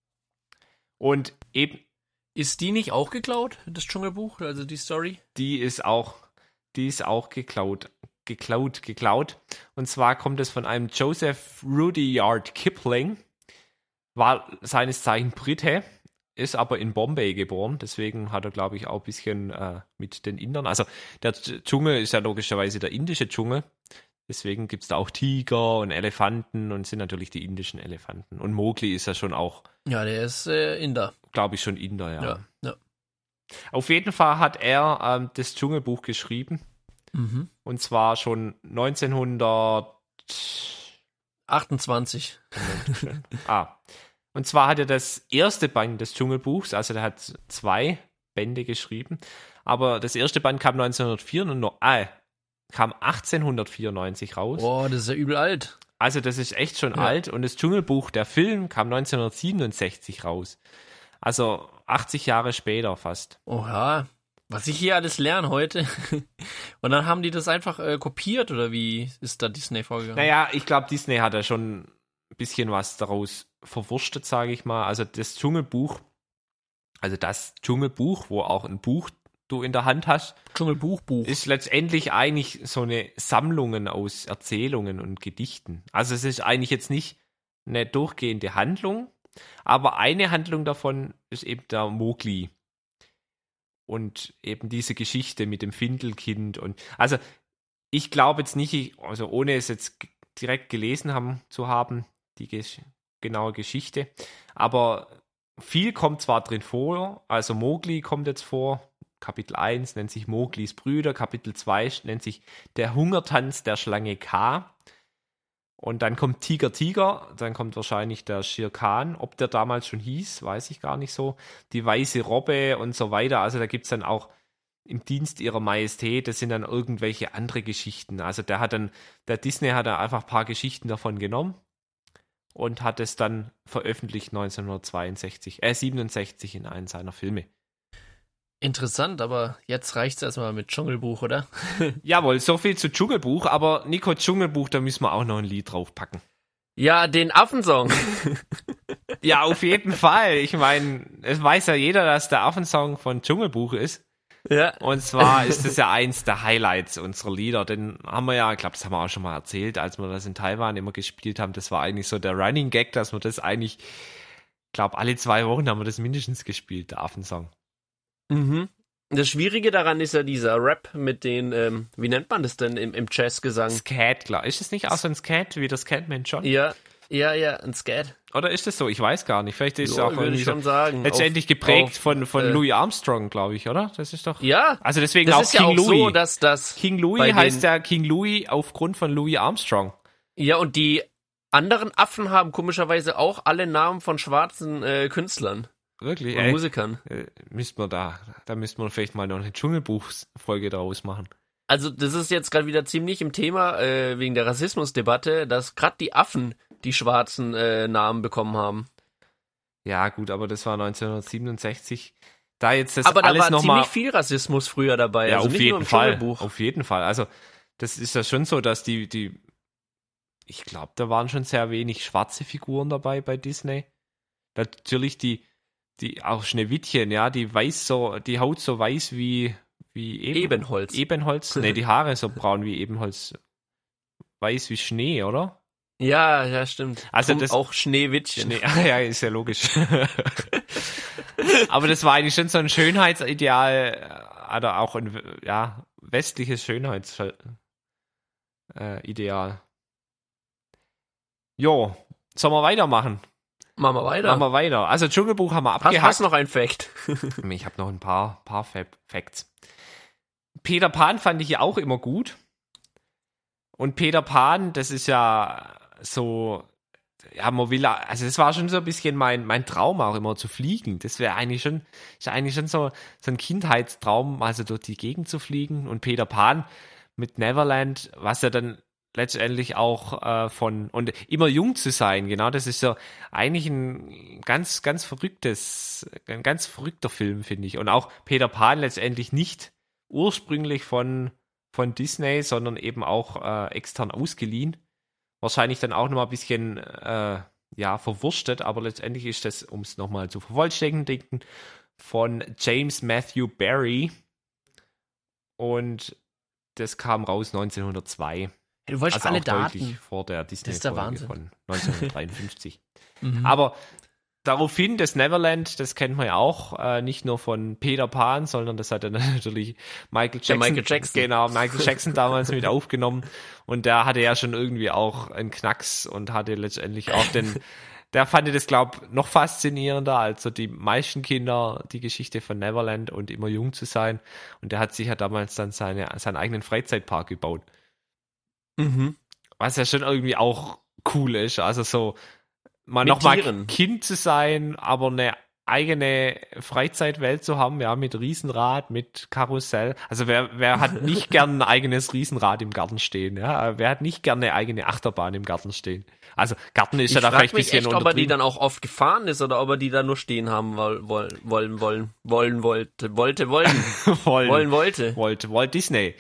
Und eben, Ist die nicht auch geklaut, das Dschungelbuch, also die Story? die ist auch, die ist auch geklaut, geklaut, geklaut. Und zwar kommt es von einem Joseph Rudyard Kipling, war seines Zeichens Brite, ist aber in Bombay geboren, deswegen hat er, glaube ich, auch ein bisschen äh, mit den Indern, also der Dschungel ist ja logischerweise der indische Dschungel, deswegen gibt es da auch Tiger und Elefanten und sind natürlich die indischen Elefanten. Und Mowgli ist ja schon auch, Ja, der ist äh, Inder. glaube ich, schon Inder, ja. Ja, ja. Auf jeden Fall hat er ähm, das Dschungelbuch geschrieben, Mhm. und zwar schon neunzehnhundert achtundzwanzig. ah. Und zwar hat er das erste Band des Dschungelbuchs, also der hat zwei Bände geschrieben, aber das erste Band kam neunzehnhundertvierundneunzig, ah, kam achtzehnhundertvierundneunzig raus. Boah, das ist ja übel alt. Also das ist echt schon Ja. alt. Und das Dschungelbuch, der Film, kam neunzehnhundertsiebenundsechzig raus. Also achtzig Jahre später fast. Oha, was ich hier alles lerne heute. Und dann haben die das einfach äh, kopiert, oder wie ist da Disney vorgegangen? Naja, ich glaube, Disney hat ja schon ein bisschen was daraus verwurstet, sage ich mal. Also das Dschungelbuch, also das Dschungelbuch, wo auch ein Buch du in der Hand hast, Dschungelbuchbuch. ist letztendlich eigentlich so eine Sammlung aus Erzählungen und Gedichten. Also es ist eigentlich jetzt nicht eine durchgehende Handlung, aber eine Handlung davon ist eben der Mowgli. Und eben diese Geschichte mit dem Findelkind. Und also ich glaube jetzt nicht, also ohne es jetzt g- direkt gelesen haben zu haben, die gesch- genaue Geschichte, aber viel kommt zwar drin vor, also Mowgli kommt jetzt vor, Kapitel eins nennt sich Mowglis Brüder, Kapitel zwei nennt sich der Hungertanz der Schlange K. Und dann kommt Tiger Tiger, dann kommt wahrscheinlich der Shere Khan. Ob der damals schon hieß, weiß ich gar nicht so. Die weiße Robbe und so weiter. Also da gibt es dann auch im Dienst ihrer Majestät, das sind dann irgendwelche andere Geschichten. Also der hat dann, der Disney hat dann einfach ein paar Geschichten davon genommen und hat es dann veröffentlicht neunzehnhundertzweiundsechzig, äh siebenundsechzig in einem seiner Filme. Interessant, aber jetzt reicht's erstmal mit Dschungelbuch, oder? Jawohl, so viel zu Dschungelbuch, aber Nico, Dschungelbuch, da müssen wir auch noch ein Lied draufpacken. Ja, den Affensong. Ja, auf jeden Fall. Ich meine, es weiß ja jeder, dass der Affensong von Dschungelbuch ist. Ja. Und zwar ist es ja eins der Highlights unserer Lieder. Den haben wir ja, ich glaube, das haben wir auch schon mal erzählt, als wir das in Taiwan immer gespielt haben. Das war eigentlich so der Running Gag, dass wir das eigentlich, ich glaube, alle zwei Wochen haben wir das mindestens gespielt, der Affensong. Mhm. Das Schwierige daran ist ja dieser Rap mit den, ähm, wie nennt man das denn im, im Jazzgesang? Scat, klar. Ist es nicht auch so ein Scat wie der Scatman John? Ja, ja, ja, ein Scat. Oder ist das so? Ich weiß gar nicht. Vielleicht ist es Ja, auch würde irgendwie ich so schon sagen. letztendlich Auf- geprägt auf, von, von äh, Louis Armstrong, glaube ich, oder? Das ist doch. Ja, Also deswegen das auch ist King ja auch Louis. so, dass das King Louis bei heißt den- ja King Louis aufgrund von Louis Armstrong. Ja, und die anderen Affen haben komischerweise auch alle Namen von schwarzen äh, Künstlern Wirklich? und Ey, Musikern. äh, müsste man da, da müsste man vielleicht mal noch eine Dschungelbuch-Folge draus machen. Also das ist jetzt gerade wieder ziemlich im Thema äh, wegen der Rassismusdebatte, dass gerade die Affen die schwarzen äh, Namen bekommen haben. Ja, gut, aber das war neunzehnhundertsiebenundsechzig. Da jetzt das Aber da alles war nochmal. ziemlich viel Rassismus früher dabei. Ja, also auf nicht nur jeden im Fall. Dschungelbuch. Auf jeden Fall. Also, das ist ja schon so, dass die, die, ich glaube, da waren schon sehr wenig schwarze Figuren dabei bei Disney. Natürlich die, die, auch Schneewittchen, ja, die weiß so, die Haut so weiß wie, wie Eben, Ebenholz. Ebenholz. Ne, die Haare so braun wie Ebenholz. Weiß wie Schnee, oder? Ja, ja, stimmt. Also Drum das- auch Schneewittchen. Schnee, ah, ja, ist ja logisch. Aber das war eigentlich schon so ein Schönheitsideal, äh, oder auch ein, ja, westliches Schönheitsideal. Äh, Ideal. Jo, sollen wir weitermachen? Machen wir weiter. Machen wir weiter. Also Dschungelbuch haben wir abgehakt. Hast, hast noch ein Fact? Ich habe noch ein paar, paar Facts. Peter Pan fand ich ja auch immer gut. Und Peter Pan, das ist ja so, ja, man will, also das war schon so ein bisschen mein, mein Traum auch immer zu fliegen. Das wäre eigentlich schon, ist eigentlich schon so, so ein Kindheitstraum, also durch die Gegend zu fliegen. Und Peter Pan mit Neverland, was ja dann letztendlich auch äh, von, und immer jung zu sein, genau, das ist so eigentlich ein ganz, ganz verrücktes, ein ganz verrückter Film, finde ich. Und auch Peter Pan letztendlich nicht ursprünglich von, von Disney, sondern eben auch äh, extern ausgeliehen. Wahrscheinlich dann auch nochmal ein bisschen, äh, ja, verwurstet, aber letztendlich ist das, um es nochmal zu vervollständigen, von James Matthew Barrie. Und das kam raus neunzehnhundertzwei. Du wolltest also alle auch Daten. deutlich vor der Disney-Folge von neunzehnhundertdreiundfünfzig. Mhm. Aber daraufhin, das Neverland, das kennt man ja auch, äh, nicht nur von Peter Pan, sondern das hat dann natürlich Michael Jackson, Der Michael Jackson. Genau, Michael Jackson damals mit aufgenommen. Und der hatte ja schon irgendwie auch einen Knacks und hatte letztendlich auch den, der fand das, glaube ich, noch faszinierender als so die meisten Kinder, die Geschichte von Neverland und immer jung zu sein. Und der hat sich ja damals dann seine, seinen eigenen Freizeitpark gebaut. Mhm. Was ja schon irgendwie auch cool ist. Also so mal Mit nochmal Tieren. Kind zu sein, aber eine eigene Freizeitwelt zu haben, ja, mit Riesenrad, mit Karussell. Also wer, wer hat nicht gern ein eigenes Riesenrad im Garten stehen? Ja? Wer hat nicht gern eine eigene Achterbahn im Garten stehen? Also Garten ist Ich ja da frag vielleicht ein mich bisschen echt, ob er die untertrieben. dann auch oft gefahren ist oder ob er die da nur stehen haben woll, woll, wollen, wollen, wollen, wollte, wollte, wollen, wollen, wollen, wollte. wollte, Walt Disney.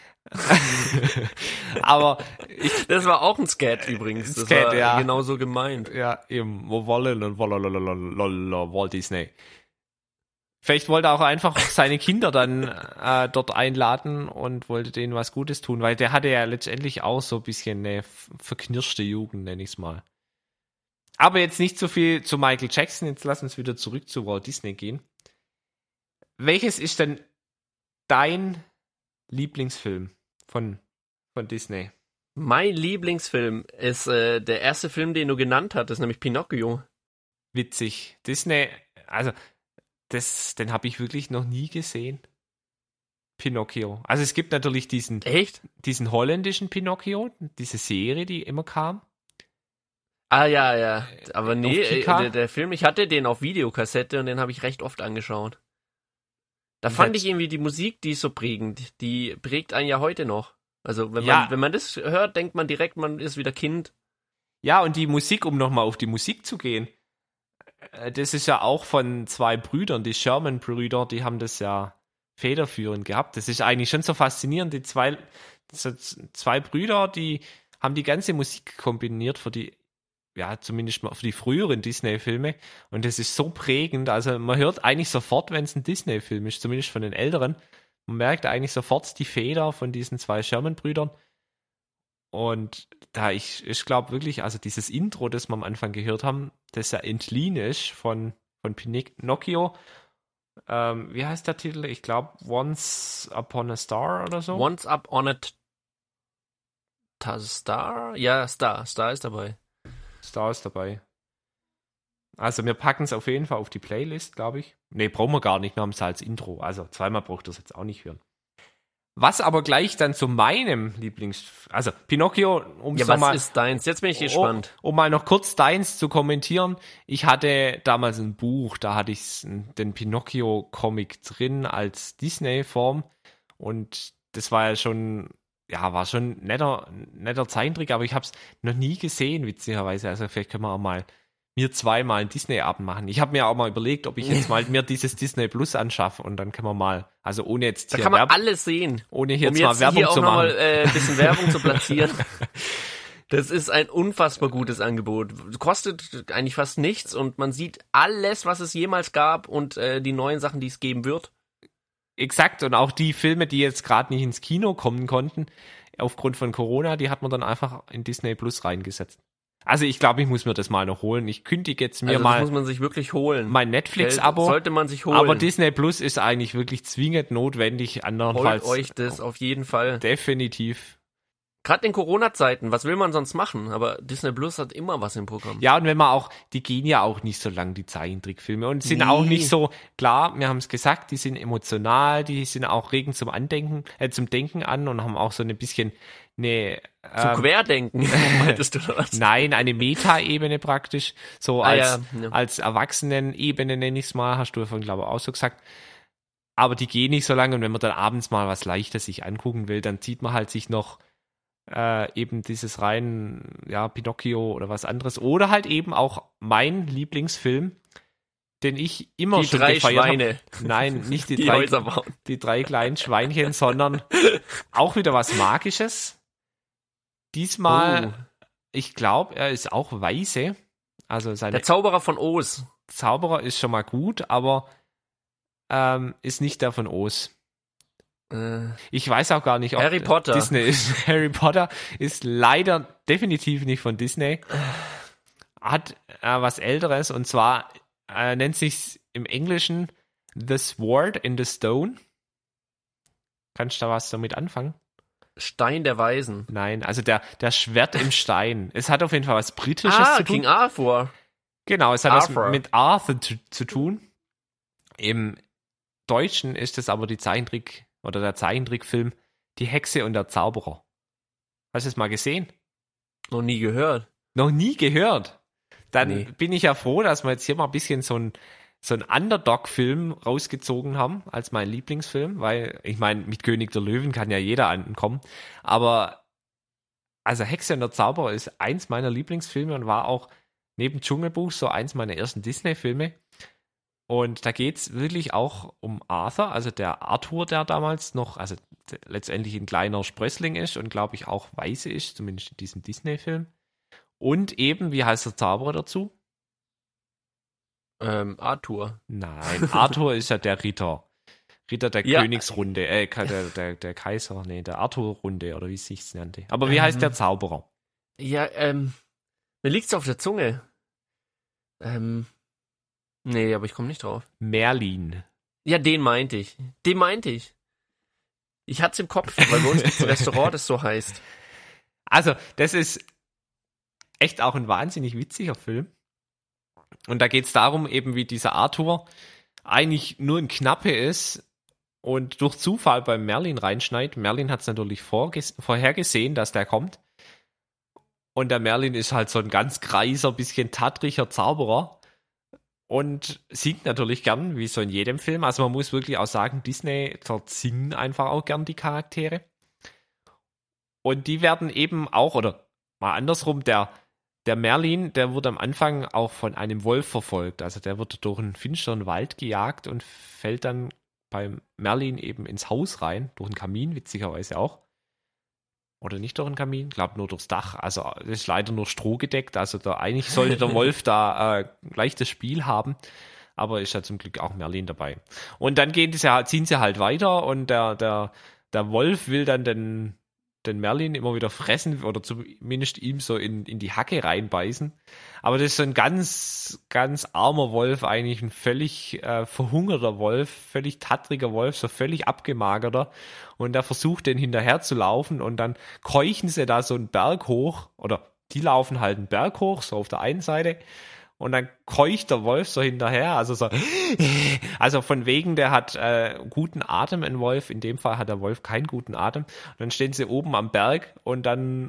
Aber ich, Das war auch ein Skat übrigens. Das Skat, war ja. genauso gemeint. ja, eben, wo wollen und wollen Walt Disney. Vielleicht wollte er auch einfach seine Kinder dann äh, dort einladen und wollte denen was Gutes tun, weil der hatte ja letztendlich auch so ein bisschen eine f- verknirschte Jugend, nenne ich es mal. Aber jetzt nicht so viel zu Michael Jackson, jetzt lass uns wieder zurück zu Walt Disney gehen. Welches ist denn dein Lieblingsfilm von, von Disney? Mein Lieblingsfilm ist äh, der erste Film, den du genannt hattest, nämlich Pinocchio. Witzig. Disney, also das, den habe ich wirklich noch nie gesehen. Pinocchio. Also es gibt natürlich diesen, Echt? diesen holländischen Pinocchio, diese Serie, die immer kam. Ah, ja, ja. Aber nee, Auf äh, Kika? der, der Film, ich hatte den auf Videokassette und den habe ich recht oft angeschaut. Da fand Das- ich irgendwie die Musik, die ist so prägend. Die prägt einen ja heute noch. Also wenn Ja. man, wenn man das hört, denkt man direkt, man ist wieder Kind. Ja, und die Musik, um nochmal auf die Musik zu gehen, äh, das ist ja auch von zwei Brüdern, die Sherman-Brüder, die haben das ja federführend gehabt. Das ist eigentlich schon so faszinierend. Die zwei, so z- zwei Brüder, die haben die ganze Musik kombiniert für die, ja, zumindest mal für die früheren Disney-Filme. Und das ist so prägend. Also man hört eigentlich sofort, wenn es ein Disney-Film ist, zumindest von den Älteren. Man merkt eigentlich sofort die Feder von diesen zwei Sherman-Brüdern. Und da ich, ich glaube wirklich, also dieses Intro, das wir am Anfang gehört haben, das ja entliehen ist von, von Pinocchio. Ähm, wie heißt der Titel? Ich glaube, Once Upon a Star oder so. Once Up on a T- Ta- Star? Ja, Star. Star ist dabei. Star ist dabei. Also wir packen es auf jeden Fall auf die Playlist, glaube ich. Ne, brauchen wir gar nicht, wir haben es als Intro. Also zweimal braucht ihr es jetzt auch nicht hören. Was aber gleich dann zu meinem Lieblings... Also Pinocchio, um Ja, es was mal... ist deins? Jetzt bin ich um, gespannt. um mal noch kurz deins zu kommentieren. Ich hatte damals ein Buch, da hatte ich den Pinocchio-Comic drin als Disney-Form. Und das war ja schon... Ja, war schon ein netter, netter Zeichentrick, aber ich habe es noch nie gesehen, witzigerweise. Also vielleicht können wir auch mal mir zweimal einen Disney-Abend machen. Ich habe mir auch mal überlegt, ob ich jetzt mal mir dieses Disney Plus anschaffe und dann können wir mal, also ohne jetzt Da hier, kann man Werb- alles sehen. ohne hier Um jetzt mal jetzt Werbung hier auch zu nochmal machen. äh, ein bisschen Werbung zu platzieren. Das ist ein unfassbar gutes Angebot. Kostet eigentlich fast nichts und man sieht alles, was es jemals gab und äh, die neuen Sachen, die es geben wird. Exakt, und auch die Filme, die jetzt gerade nicht ins Kino kommen konnten, aufgrund von Corona, die hat man dann einfach in Disney Plus reingesetzt. Also ich glaube, ich muss mir das mal noch holen. Ich kündige jetzt mir Also das mal muss man sich wirklich holen. mein Netflix-Abo. Sollte man sich holen. Aber Disney Plus ist eigentlich wirklich zwingend notwendig, Holt andernfalls euch das auf jeden Fall. definitiv. Gerade in Corona-Zeiten, was will man sonst machen? Aber Disney Plus hat immer was im Programm. Ja, und wenn man auch, die gehen ja auch nicht so lang, die Zeichentrickfilme. Und sind Nee. auch nicht so, klar, wir haben es gesagt, die sind emotional, die sind auch regen zum Andenken, äh, zum Denken an und haben auch so ein bisschen eine, Zum ähm, Querdenken, meintest du das? nein, eine Meta-Ebene praktisch, so Ah, als, ja, ja. als Erwachsenen-Ebene nenne ich es mal, hast du ja vorhin, glaube ich, auch so gesagt. Aber die gehen nicht so lange und wenn man dann abends mal was Leichtes sich angucken will, dann zieht man halt sich noch Äh, eben dieses rein, ja, Pinocchio oder was anderes. Oder halt eben auch mein Lieblingsfilm, den ich immer Die schon drei gefeiert Schweine, habe. Nein, nicht die, die drei, Häuser bauen. die drei kleinen Schweinchen, sondern auch wieder was Magisches. Diesmal, Oh. ich glaube, er ist auch weise. Also seine Der Zauberer von Oz. Zauberer ist schon mal gut, aber ähm, ist nicht der von Oz. Äh, Ich weiß auch gar nicht, ob Harry Potter. Disney ist. Harry Potter ist leider definitiv nicht von Disney. Hat äh, was Älteres und zwar äh, nennt sich im Englischen The Sword in the Stone. Kannst du da was damit anfangen? Stein der Weisen. Nein, also der, der Schwert im Stein. Es hat auf jeden Fall was Britisches Ah, zu tun. King Arthur. Genau, es hat Arthur. was mit Arthur zu, zu tun. Im Deutschen ist es aber die Zeichentrick- oder der Zeichentrickfilm Die Hexe und der Zauberer. Hast du es mal gesehen? Noch nie gehört. Noch nie gehört. Dann Nee. bin ich ja froh, dass wir jetzt hier mal ein bisschen so ein, so ein Underdog-Film rausgezogen haben, als mein Lieblingsfilm, weil ich meine, mit König der Löwen kann ja jeder ankommen. Aber also Hexe und der Zauberer ist eins meiner Lieblingsfilme und war auch neben Dschungelbuch so eins meiner ersten Disney-Filme. Und da geht es wirklich auch um Arthur, also der Arthur, der damals noch, also d- letztendlich ein kleiner Sprössling ist und glaube ich auch weise ist, zumindest in diesem Disney-Film. Und eben, wie heißt der Zauberer dazu? Ähm, Arthur. Nein, Arthur ist ja der Ritter. Ritter der Ja. Königsrunde, äh, der, der, der Kaiser, nee, der Arthur-Runde oder wie es sich nannte. Aber wie heißt Ähm. der Zauberer? Ja, ähm, mir liegt's auf der Zunge. Ähm, nee, aber ich komme nicht drauf. Merlin. Ja, den meinte ich. Den meinte ich. Ich hatte es im Kopf, weil bei uns gibt's ein Restaurant, das so heißt. Also, das ist echt auch ein wahnsinnig witziger Film. Und da geht es darum, eben wie dieser Arthur eigentlich nur ein Knappe ist und durch Zufall bei Merlin reinschneit. Merlin hat es natürlich vorges- vorhergesehen, dass der kommt. Und der Merlin ist halt so ein ganz greiser, bisschen tattriger Zauberer und singt natürlich gern, wie so in jedem Film. Also man muss wirklich auch sagen, Disney dort singen einfach auch gern die Charaktere. Und die werden eben auch, oder mal andersrum, der, der Merlin, der wird am Anfang auch von einem Wolf verfolgt. Also der wird durch einen finsteren Wald gejagt und fällt dann beim Merlin eben ins Haus rein, durch einen Kamin, witzigerweise auch. Oder nicht durch einen Kamin, glaube nur durchs Dach. Also das ist leider nur Stroh gedeckt. Also da, eigentlich sollte der Wolf da äh, leichtes Spiel haben. Aber ist ja zum Glück auch Merlin dabei. Und dann gehen sie, halt- ziehen sie halt weiter und der, der, der Wolf will dann den, den Merlin immer wieder fressen oder zumindest ihm so in, in die Hacke reinbeißen. Aber das ist so ein ganz, ganz armer Wolf, eigentlich ein völlig äh, verhungerter Wolf, völlig tattriger Wolf, so völlig abgemagerter. Und der versucht, den hinterher zu laufen und dann keuchen sie da so einen Berg hoch oder die laufen halt einen Berg hoch, so auf der einen Seite. Und dann keucht der Wolf so hinterher, also so, also von wegen, der hat äh, guten Atem, ein Wolf. In dem Fall hat der Wolf keinen guten Atem. Und dann stehen sie oben am Berg und dann,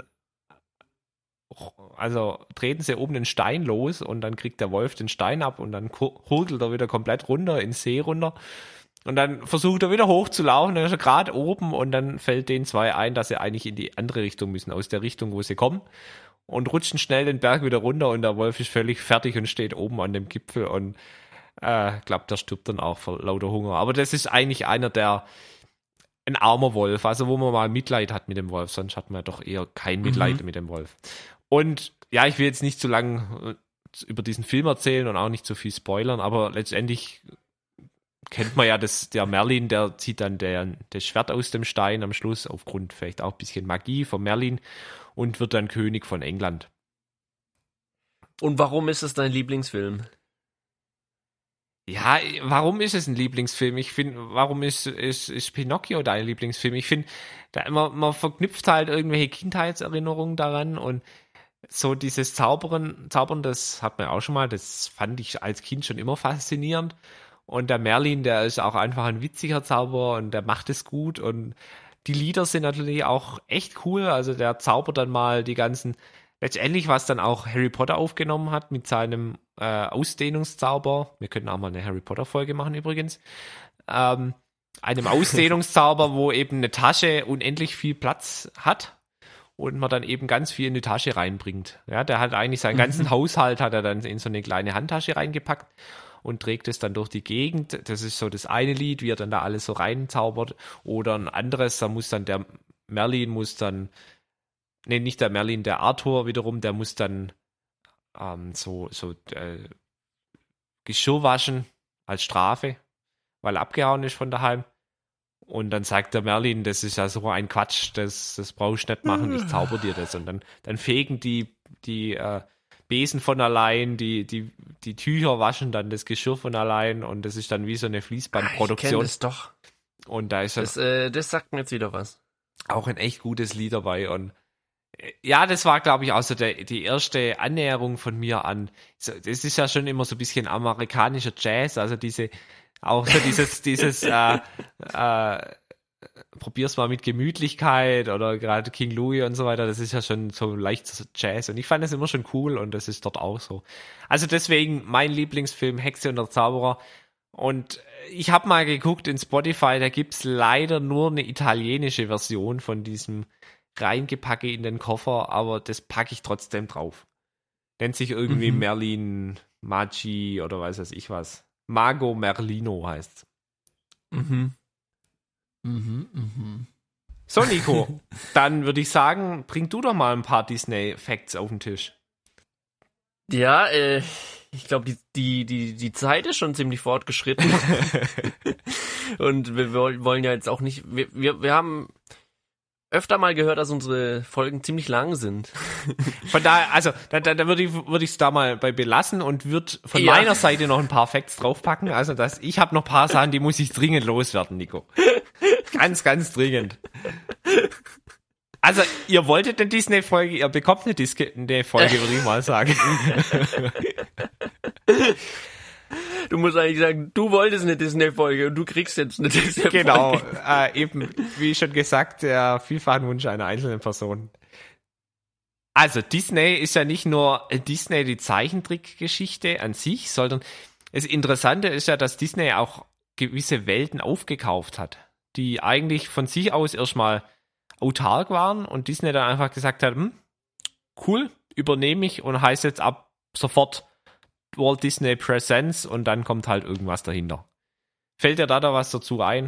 also treten sie oben den Stein los und dann kriegt der Wolf den Stein ab und dann hurgelt er wieder komplett runter, in den See runter. Und dann versucht er wieder hochzulaufen, dann ist er gerade oben und dann fällt den zwei ein, dass sie eigentlich in die andere Richtung müssen, aus der Richtung, wo sie kommen. Und rutschen schnell den Berg wieder runter und der Wolf ist völlig fertig und steht oben an dem Gipfel und äh, glaubt, der stirbt dann auch vor lauter Hunger. Aber das ist eigentlich einer der, ein armer Wolf, also wo man mal Mitleid hat mit dem Wolf, sonst hat man ja doch eher kein Mitleid Mhm. mit dem Wolf. Und ja, ich will jetzt nicht zu lang über diesen Film erzählen und auch nicht zu viel spoilern, aber letztendlich kennt man ja, dass der Merlin, der zieht dann der, das Schwert aus dem Stein am Schluss, aufgrund vielleicht auch ein bisschen Magie von Merlin und wird dann König von England. Und warum ist es dein Lieblingsfilm? Ja, warum ist es ein Lieblingsfilm? Ich finde, warum ist, ist, ist Pinocchio dein Lieblingsfilm? Ich finde, da immer, man verknüpft halt irgendwelche Kindheitserinnerungen daran und so dieses Zaubern, Zaubern, das hat man auch schon mal, das fand ich als Kind schon immer faszinierend. Und der Merlin, der ist auch einfach ein witziger Zauberer und der macht es gut und die Lieder sind natürlich auch echt cool. Also der zaubert dann mal die ganzen, letztendlich, was dann auch Harry Potter aufgenommen hat mit seinem äh, Ausdehnungszauber. Wir könnten auch mal eine Harry Potter-Folge machen übrigens. Ähm, einem Ausdehnungszauber, wo eben eine Tasche unendlich viel Platz hat und man dann eben ganz viel in die Tasche reinbringt. Ja, der hat eigentlich seinen ganzen mhm. Haushalt hat er dann in so eine kleine Handtasche reingepackt und trägt es dann durch die Gegend. Das ist so das eine Lied, wie er dann da alles so reinzaubert. Oder ein anderes, da muss dann der Merlin muss dann, nee, nicht der Merlin, der Arthur wiederum, der muss dann ähm, so, so äh, Geschirr waschen als Strafe, weil er abgehauen ist von daheim. Und dann sagt der Merlin, das ist ja so ein Quatsch, das, das brauchst du nicht machen, ich zauber dir das. Und dann, dann fegen die, die äh, Besen von allein, die, die, die Tücher waschen dann das Geschirr von allein und das ist dann wie so eine Fließbandproduktion. Ich kenn das doch. Und da ist das, äh, das sagt mir jetzt wieder was. Auch ein echt gutes Lied dabei. Und äh, ja, das war, glaube ich, auch so der, die erste Annäherung von mir an. So, das ist ja schon immer so ein bisschen amerikanischer Jazz, also diese, auch so dieses, dieses, äh, äh, probier's mal mit Gemütlichkeit oder gerade King Louis und so weiter, das ist ja schon so leicht Jazz und ich fand das immer schon cool und das ist dort auch so. Also deswegen mein Lieblingsfilm Hexe und der Zauberer und ich habe mal geguckt in Spotify, da gibt's leider nur eine italienische Version von diesem Reingepacke in den Koffer, aber das packe ich trotzdem drauf. Nennt sich irgendwie mhm. Merlin Maggi oder weiß weiß ich was. Mago Merlino heißt's. Mhm. Mhm, mhm. So, Nico, dann würde ich sagen, bring du doch mal ein paar Disney-Facts auf den Tisch. Ja, äh, ich glaube, die, die, die, die Zeit ist schon ziemlich fortgeschritten. Und wir wollen ja jetzt auch nicht, wir, wir, wir haben öfter mal gehört, dass unsere Folgen ziemlich lang sind. Von daher, also, da, da, da würde ich es würd da mal bei belassen und würde von ja. meiner Seite noch ein paar Facts draufpacken. Also, das, ich habe noch ein paar Sachen, die muss ich dringend loswerden, Nico. Ganz, ganz dringend. Also, ihr wolltet eine Disney-Folge, ihr bekommt eine Disney-Folge, würde ich mal sagen. Du musst eigentlich sagen, du wolltest eine Disney-Folge und du kriegst jetzt eine Disney-Folge. Genau, äh, eben, wie schon gesagt, der vielfachen Wunsch einer einzelnen Person. Also, Disney ist ja nicht nur Disney die Zeichentrickgeschichte an sich, sondern das Interessante ist ja, dass Disney auch gewisse Welten aufgekauft hat, die eigentlich von sich aus erstmal autark waren und Disney dann einfach gesagt hat, hm, cool, übernehme ich und heißt jetzt ab sofort Walt Disney Presents und dann kommt halt irgendwas dahinter. Fällt dir da da was dazu ein?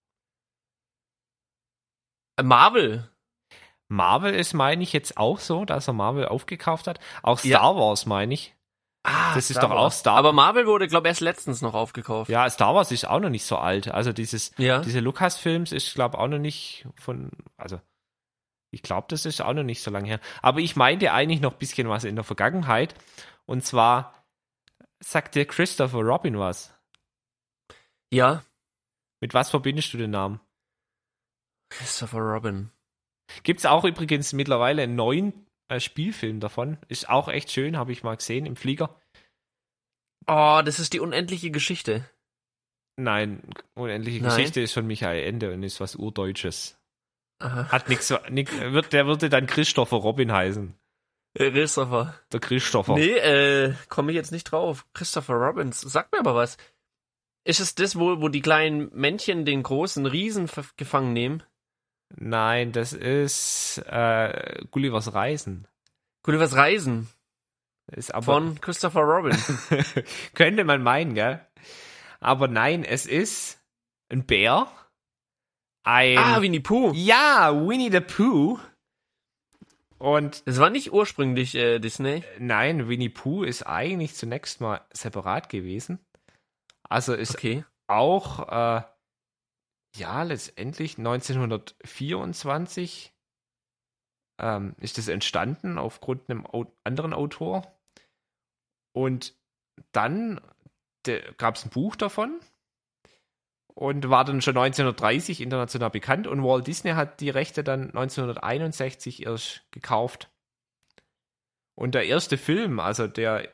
Marvel. Marvel ist, meine ich, jetzt auch so, dass er Marvel aufgekauft hat. Auch Star ja. Wars, meine ich. Ah, das Star ist doch Wars. auch Star Wars. Aber Marvel wurde, glaube ich, erst letztens noch aufgekauft. Ja, Star Wars ist auch noch nicht so alt. Also dieses, ja. diese Lucasfilms ist, glaube ich, auch noch nicht von, also ich glaube, das ist auch noch nicht so lange her. Aber ich meinte eigentlich noch ein bisschen was in der Vergangenheit. Und zwar sagt dir Christopher Robin was? Ja. Mit was verbindest du den Namen? Christopher Robin. Gibt's auch übrigens mittlerweile einen neuen äh, Spielfilm davon. Ist auch echt schön, habe ich mal gesehen im Flieger. Oh, das ist die unendliche Geschichte. Nein, unendliche Nein. Geschichte ist von Michael Ende und ist was Urdeutsches. Aha. Hat nichts, wird, der würde dann Christopher Robin heißen. Christopher. Der Christopher. Nee, äh, komme ich jetzt nicht drauf. Christopher Robbins. Sag mir aber was. Ist es das, wo, wo die kleinen Männchen den großen Riesen f- gefangen nehmen? Nein, das ist äh, Gullivers Reisen. Gullivers Reisen. Ist aber von Christopher Robin. Könnte man meinen, gell? Aber nein, es ist ein Bär. Ein ah, Winnie Pooh. Ja, Winnie the Pooh. Und das war nicht ursprünglich äh, Disney? Nein, Winnie Pooh ist eigentlich zunächst mal separat gewesen. Also ist okay. auch, äh, ja, letztendlich neunzehnhundertvierundzwanzig ähm, ist das entstanden aufgrund einem au- anderen Autor. Und dann gab es ein Buch davon und war dann schon neunzehnhundertdreißig international bekannt und Walt Disney hat die Rechte dann neunzehnhunderteinundsechzig erst gekauft. Und der erste Film, also der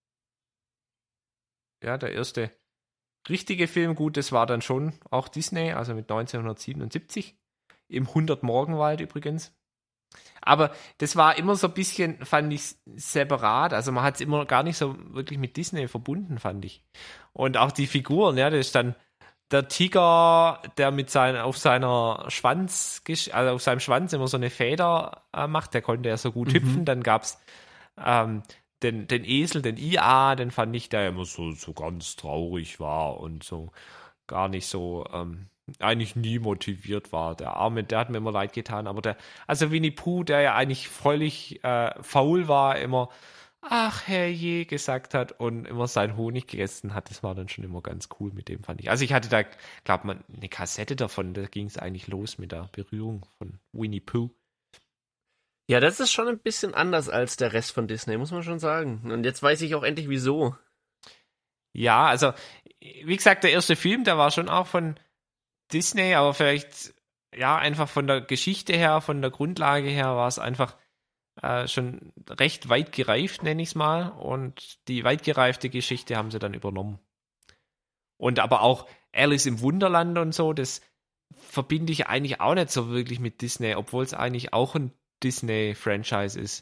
ja, der erste richtige Film, gut, das war dann schon auch Disney, also mit neunzehnhundertsiebenundsiebzig, im hundert-Morgenwald übrigens. Aber das war immer so ein bisschen, fand ich, separat. Also man hat es immer gar nicht so wirklich mit Disney verbunden, fand ich. Und auch die Figuren, ja, das ist dann der Tiger, der mit sein, auf seiner Schwanz, also auf seinem Schwanz immer so eine Feder äh, macht, der konnte ja so gut mhm. hüpfen. Dann gab es ähm, den, den Esel, den I A, den fand ich, der immer so, so ganz traurig war und so gar nicht so, ähm, eigentlich nie motiviert war. Der Arme, der hat mir immer leid getan, aber der, also Winnie Pooh, der ja eigentlich völlig äh, faul war, immer ach herrje gesagt hat und immer seinen Honig gegessen hat, das war dann schon immer ganz cool mit dem, fand ich. Also ich hatte da, glaube man, eine Kassette davon, da ging es eigentlich los mit der Berührung von Winnie Pooh. Ja, das ist schon ein bisschen anders als der Rest von Disney, muss man schon sagen. Und jetzt weiß ich auch endlich, wieso. Ja, also, wie gesagt, der erste Film, der war schon auch von Disney, aber vielleicht, ja, einfach von der Geschichte her, von der Grundlage her war es einfach äh, schon recht weit gereift, nenne ich es mal. Und die weit gereifte Geschichte haben sie dann übernommen. Und aber auch Alice im Wunderland und so, das verbinde ich eigentlich auch nicht so wirklich mit Disney, obwohl es eigentlich auch ein Disney-Franchise ist.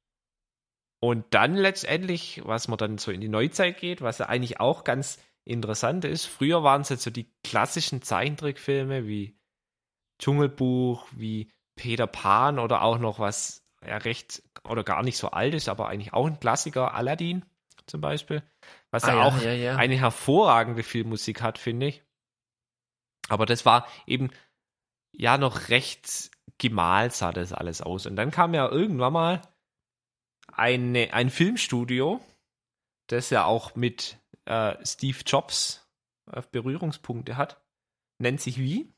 Und dann letztendlich, was man dann so in die Neuzeit geht, was ja eigentlich auch ganz interessant ist, früher waren es jetzt so die klassischen Zeichentrickfilme wie Dschungelbuch, wie Peter Pan oder auch noch was ja recht oder gar nicht so alt ist, aber eigentlich auch ein Klassiker, Aladdin zum Beispiel, was ah, ja, ja auch ja, ja. eine hervorragende Filmmusik hat, finde ich. Aber das war eben ja noch recht gemalt sah das alles aus. Und dann kam ja irgendwann mal eine, ein Filmstudio, das ja auch mit äh, Steve Jobs äh, Berührungspunkte hat. Nennt sich wie?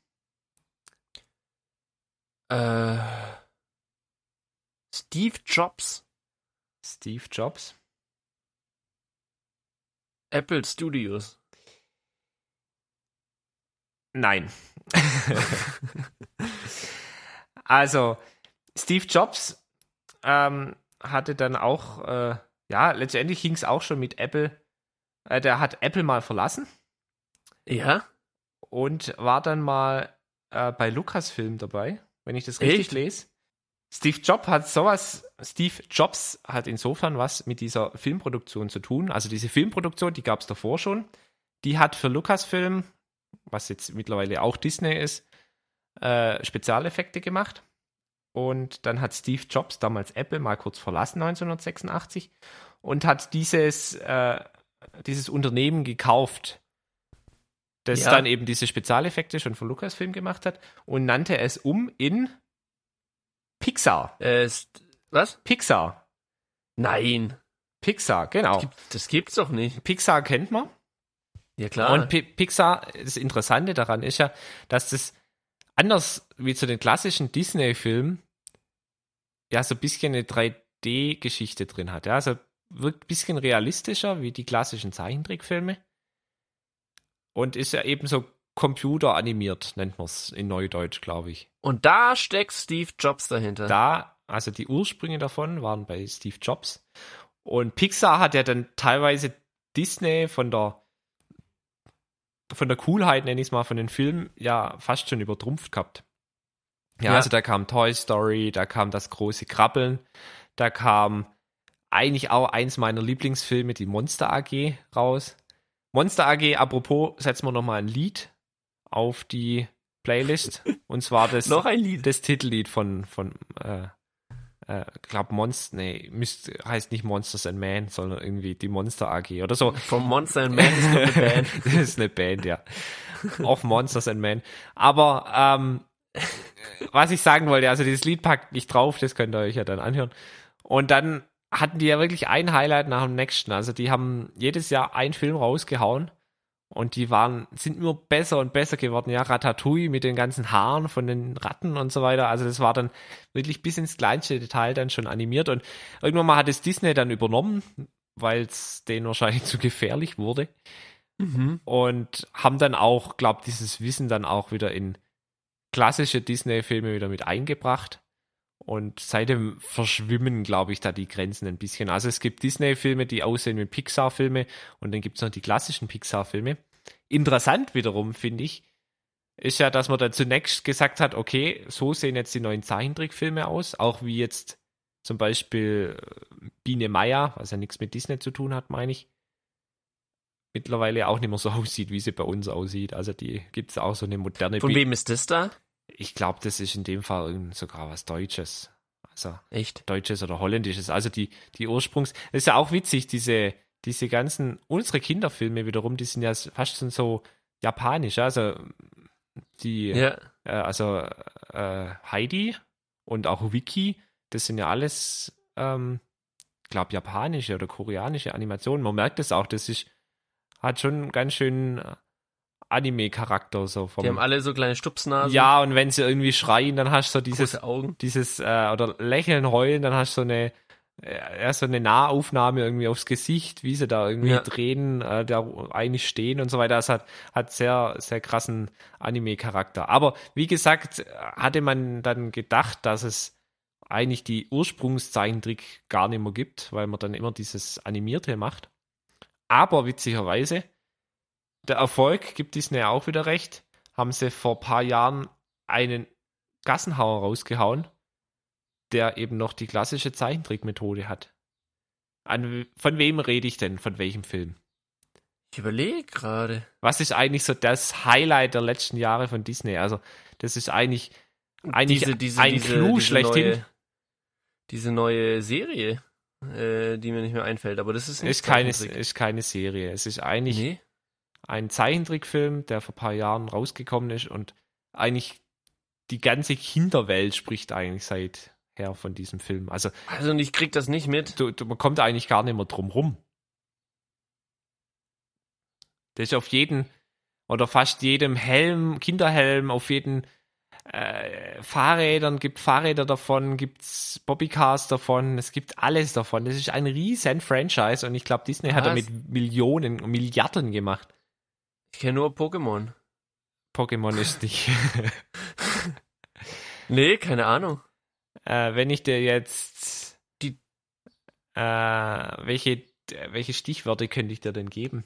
Äh, Steve Jobs. Steve Jobs. Apple Studios. Nein. Also, Steve Jobs ähm, hatte dann auch, äh, ja, letztendlich ging es auch schon mit Apple. Äh, der hat Apple mal verlassen. Ja. Und war dann mal äh, bei Lucasfilm dabei, wenn ich das richtig Echt? lese. Steve Jobs hat sowas, Steve Jobs hat insofern was mit dieser Filmproduktion zu tun. Also diese Filmproduktion, die gab es davor schon. Die hat für Lucasfilm, was jetzt mittlerweile auch Disney ist, äh, Spezialeffekte gemacht. Und dann hat Steve Jobs damals Apple mal kurz verlassen, neunzehnhundertsechsundachtzig, und hat dieses, äh, dieses Unternehmen gekauft, das ja. dann eben diese Spezialeffekte schon von Lucasfilm gemacht hat und nannte es um in Pixar. Äh, was? Pixar. Nein. Pixar, genau. Das, gibt, das gibt's doch nicht. Pixar kennt man. Ja, klar. Und P- Pixar, das Interessante daran ist ja, dass das anders wie zu den klassischen Disney-Filmen ja so ein bisschen eine drei D-Geschichte drin hat. Ja, also wirkt ein bisschen realistischer wie die klassischen Zeichentrickfilme und ist ja eben so computeranimiert, nennt man es in Neudeutsch, glaube ich. Und da steckt Steve Jobs dahinter. Da, also die Ursprünge davon waren bei Steve Jobs. Und Pixar hat ja dann teilweise Disney von der von der Coolheit, nenne ich es mal, von den Filmen, ja fast schon übertrumpft gehabt. Ja, ja, also da kam Toy Story, da kam das große Krabbeln, da kam eigentlich auch eins meiner Lieblingsfilme, die Monster A G, raus. Monster A G, apropos, setzen wir nochmal ein Lied auf die Playlist. Und zwar das, Noch ein Lied. das Titellied von, von äh, äh, glaub Monster, nee, müsst, heißt nicht Monsters and Man, sondern irgendwie die Monster A G oder so. Vom Monster and Man ist eine Band. Das ist eine Band, ja. Auch Monsters and Man. Aber ähm, was ich sagen wollte, also dieses Lied packt nicht drauf, das könnt ihr euch ja dann anhören. Und dann hatten die ja wirklich ein Highlight nach dem nächsten. Also die haben jedes Jahr einen Film rausgehauen und die waren, sind nur besser und besser geworden. Ja, Ratatouille mit den ganzen Haaren von den Ratten und so weiter. Also das war dann wirklich bis ins kleinste Detail dann schon animiert und irgendwann mal hat es Disney dann übernommen weil es denen wahrscheinlich zu gefährlich wurde. Mhm. Und haben dann auch, glaube dieses Wissen dann auch wieder in klassische Disney-Filme wieder mit eingebracht. Und seitdem verschwimmen, glaube ich, da die Grenzen ein bisschen. Also es gibt Disney-Filme, die aussehen wie Pixar-Filme und dann gibt es noch die klassischen Pixar-Filme. Interessant wiederum, finde ich, ist ja, dass man dann zunächst gesagt hat, okay, so sehen jetzt die neuen Zeichentrickfilme aus, auch wie jetzt zum Beispiel Biene Meier, was ja nichts mit Disney zu tun hat, meine ich, mittlerweile auch nicht mehr so aussieht, wie sie bei uns aussieht. Also die gibt es auch so eine moderne... Von wem ist das da? Ich glaube, das ist in dem Fall sogar was Deutsches. Also Echt? Deutsches oder Holländisches. Also die, die Ursprungs... Das ist ja auch witzig, diese, diese ganzen... Unsere Kinderfilme wiederum, die sind ja fast schon so japanisch. Also die... Ja. Äh, also äh, Heidi und auch Wiki, das sind ja alles, ähm, glaube japanische oder koreanische Animationen. Man merkt es auch, das ist hat schon ganz schön Anime-Charakter. So vom, die haben alle so kleine Stupsnasen. Ja, und wenn sie irgendwie schreien, dann hast du so dieses, große Augen. dieses äh, oder lächeln, heulen, dann hast du so eine, äh, so eine Nahaufnahme irgendwie aufs Gesicht, wie sie da irgendwie Ja. drehen, äh, da eigentlich stehen und so weiter. Das hat, hat sehr, sehr krassen Anime-Charakter. Aber wie gesagt, hatte man dann gedacht, dass es eigentlich die Ursprungszeichentrick gar nicht mehr gibt, weil man dann immer dieses Animierte macht. Aber witzigerweise, der Erfolg gibt Disney auch wieder recht, haben sie vor ein paar Jahren einen Gassenhauer rausgehauen, der eben noch die klassische Zeichentrickmethode hat. An, von wem rede ich denn? Von welchem Film? Ich überlege gerade. Was ist eigentlich so das Highlight der letzten Jahre von Disney? Also, das ist eigentlich, eigentlich diese, diese, ein diese, Clou diese schlechthin. Neue, diese neue Serie, äh, die mir nicht mehr einfällt, aber das ist nicht Ist keine, Zeichentrick. ist keine Serie. Es ist eigentlich Nee? ein Zeichentrickfilm, der vor ein paar Jahren rausgekommen ist und eigentlich die ganze Kinderwelt spricht eigentlich seither von diesem Film. Also, Also und ich krieg das nicht mit. du, du, man kommt eigentlich gar nicht mehr drum rum. Der ist auf jeden oder fast jedem Helm, Kinderhelm, auf jeden äh, Fahrrädern, gibt Fahrräder davon, gibt's Bobbycars davon, es gibt alles davon. Das ist ein riesen Franchise und ich glaube, Disney hat Was? damit Millionen, Milliarden gemacht. Ich kenne nur Pokémon. Pokémon ist nicht. Nee, keine Ahnung. äh, wenn ich dir jetzt Die- äh, welche, welche Stichworte könnte ich dir denn geben?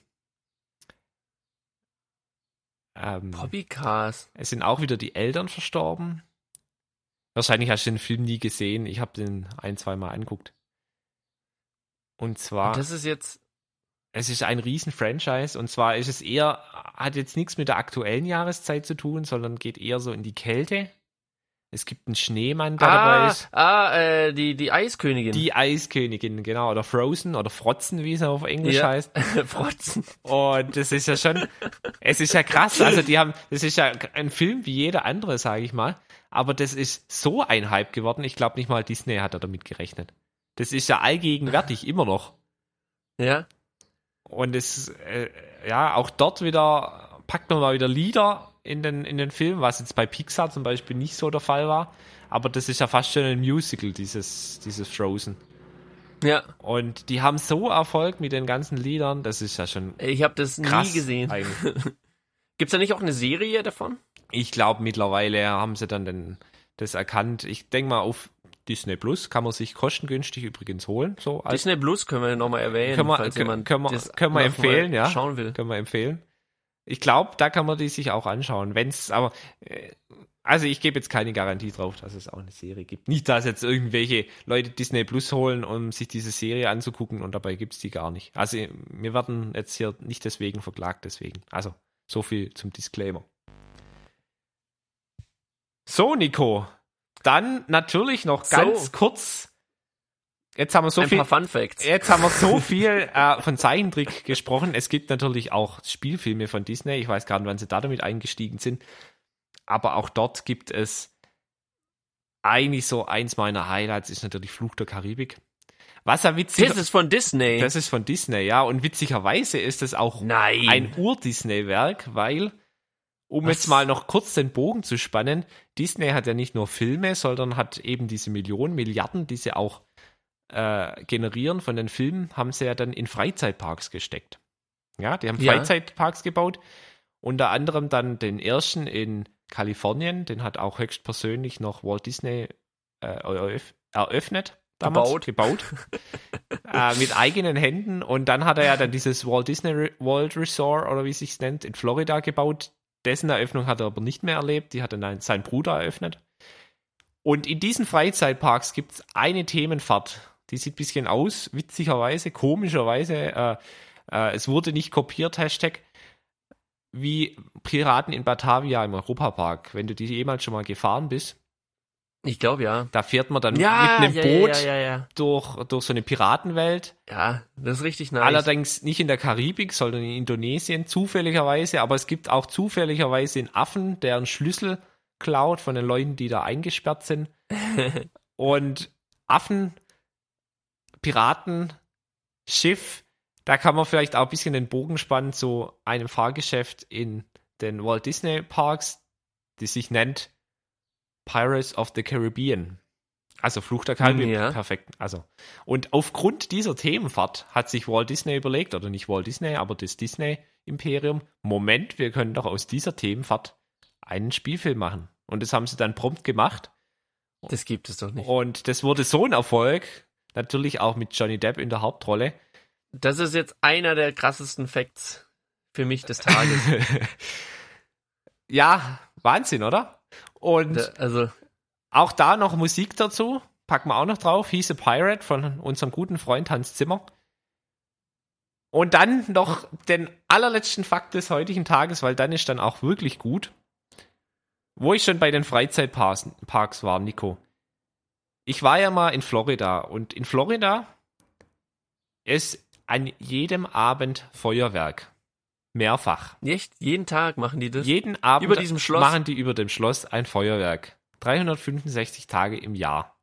Ähm, Bobbycars. es sind auch wieder die Eltern verstorben. Wahrscheinlich hast du den Film nie gesehen. Ich habe den ein, zwei Mal angeguckt. Und zwar, Das ist jetzt. es ist ein riesen Franchise und zwar ist es eher, hat jetzt nichts mit der aktuellen Jahreszeit zu tun, sondern geht eher so in die Kälte. Es gibt einen Schneemann, der dabei Ah, ist. ah äh, die, die Eiskönigin. Die Eiskönigin, genau, oder Frozen oder Frotzen, wie es auf Englisch Ja. heißt. Frotzen. Und das ist ja schon, es ist ja krass. Also die haben, das ist ja ein Film wie jeder andere, sage ich mal. Aber das ist so ein Hype geworden. Ich glaube nicht mal Disney hat da damit gerechnet. Das ist ja allgegenwärtig immer noch. Ja. Und es, äh, ja, auch dort wieder packt man mal wieder Lieder in den, in den Film, was jetzt bei Pixar zum Beispiel nicht so der Fall war. Aber das ist ja fast schon ein Musical, dieses, dieses Frozen. Ja. Und die haben so Erfolg mit den ganzen Liedern, das ist ja schon Ich habe das krass nie gesehen. eigentlich. Gibt's da nicht auch eine Serie davon? Ich glaube, mittlerweile haben sie dann den, das erkannt. Ich denke mal, auf Disney Plus kann man sich kostengünstig übrigens holen. So als Disney Plus können wir nochmal erwähnen, Können wir- falls können- jemand können wir- das können wir noch empfehlen, mal ja. schauen will. können wir empfehlen. Ich glaube, da kann man die sich auch anschauen. Wenn's, aber äh, also ich gebe jetzt keine Garantie drauf, dass es auch eine Serie gibt. Nicht, dass jetzt irgendwelche Leute Disney Plus holen, um sich diese Serie anzugucken und dabei gibt's die gar nicht. Also wir werden jetzt hier nicht deswegen verklagt, deswegen. Also so viel zum Disclaimer. So, Nico. Dann natürlich noch ganz So. kurz. Jetzt haben wir so Ein viel. paar Fun Facts. Jetzt haben wir so viel äh, von Zeichentrick gesprochen. Es gibt natürlich auch Spielfilme von Disney. Ich weiß gar nicht, wann sie da damit eingestiegen sind. Aber auch dort gibt es eigentlich so eins meiner Highlights ist natürlich Fluch der Karibik. Was ja witzig Das ist von Disney. das ist von Disney, ja. Und witzigerweise ist es auch Nein. ein Ur-Disney-Werk, weil, um Was? jetzt mal noch kurz den Bogen zu spannen, Disney hat ja nicht nur Filme, sondern hat eben diese Millionen, Milliarden, die sie auch äh, generieren von den Filmen, haben sie ja dann in Freizeitparks gesteckt. Ja, die haben Ja. Freizeitparks gebaut. Unter anderem dann den ersten in Kalifornien, den hat auch höchstpersönlich noch Walt Disney äh, eröff- eröffnet. Damals, Gebaut. gebaut äh, mit eigenen Händen. Und dann hat er ja dann dieses Walt Disney Re- World Resort, oder wie es sich nennt, in Florida gebaut. Dessen Eröffnung hat er aber nicht mehr erlebt. Die hat dann sein Bruder eröffnet. Und in diesen Freizeitparks gibt es eine Themenfahrt. Die sieht ein bisschen aus, witzigerweise, komischerweise. Äh, äh, es wurde nicht kopiert, Hashtag, wie Piraten in Batavia im Europapark. Wenn du die jemals schon mal gefahren bist, Ich glaube, ja. da fährt man dann Ja, mit einem ja, Boot ja, ja, ja. Durch, durch so eine Piratenwelt. Ja, das ist richtig nice. Allerdings nicht in der Karibik, sondern in Indonesien, zufälligerweise. Aber es gibt auch zufälligerweise einen Affen, der einen Schlüssel klaut von den Leuten, die da eingesperrt sind. Und Affen, Piraten, Schiff, da kann man vielleicht auch ein bisschen den Bogen spannen zu einem Fahrgeschäft in den Walt Disney Parks, die sich nennt Pirates of the Caribbean. Also Fluch der Karibik, Ja. perfekt. Also. Und aufgrund dieser Themenfahrt hat sich Walt Disney überlegt, oder nicht Walt Disney, aber das Disney-Imperium, Moment, wir können doch aus dieser Themenfahrt einen Spielfilm machen. Und das haben sie dann prompt gemacht. Das gibt es doch nicht. Und das wurde so ein Erfolg, natürlich auch mit Johnny Depp in der Hauptrolle. Das ist jetzt einer der krassesten Facts für mich des Tages. Ja, Wahnsinn, oder? Und Da, also, auch da noch Musik dazu, packen wir auch noch drauf. He's a Pirate von unserem guten Freund Hans Zimmer. Und dann noch den allerletzten Fakt des heutigen Tages, weil dann ist dann auch wirklich gut. Wo ich schon bei den Freizeitparks Parks war, Nico. Ich war ja mal in Florida und in Florida ist an jedem Abend Feuerwerk. Mehrfach. echt? Jeden Tag machen die das? Jeden Abend Über diesem Schloss? machen die über dem Schloss ein Feuerwerk. dreihundertfünfundsechzig Tage im Jahr.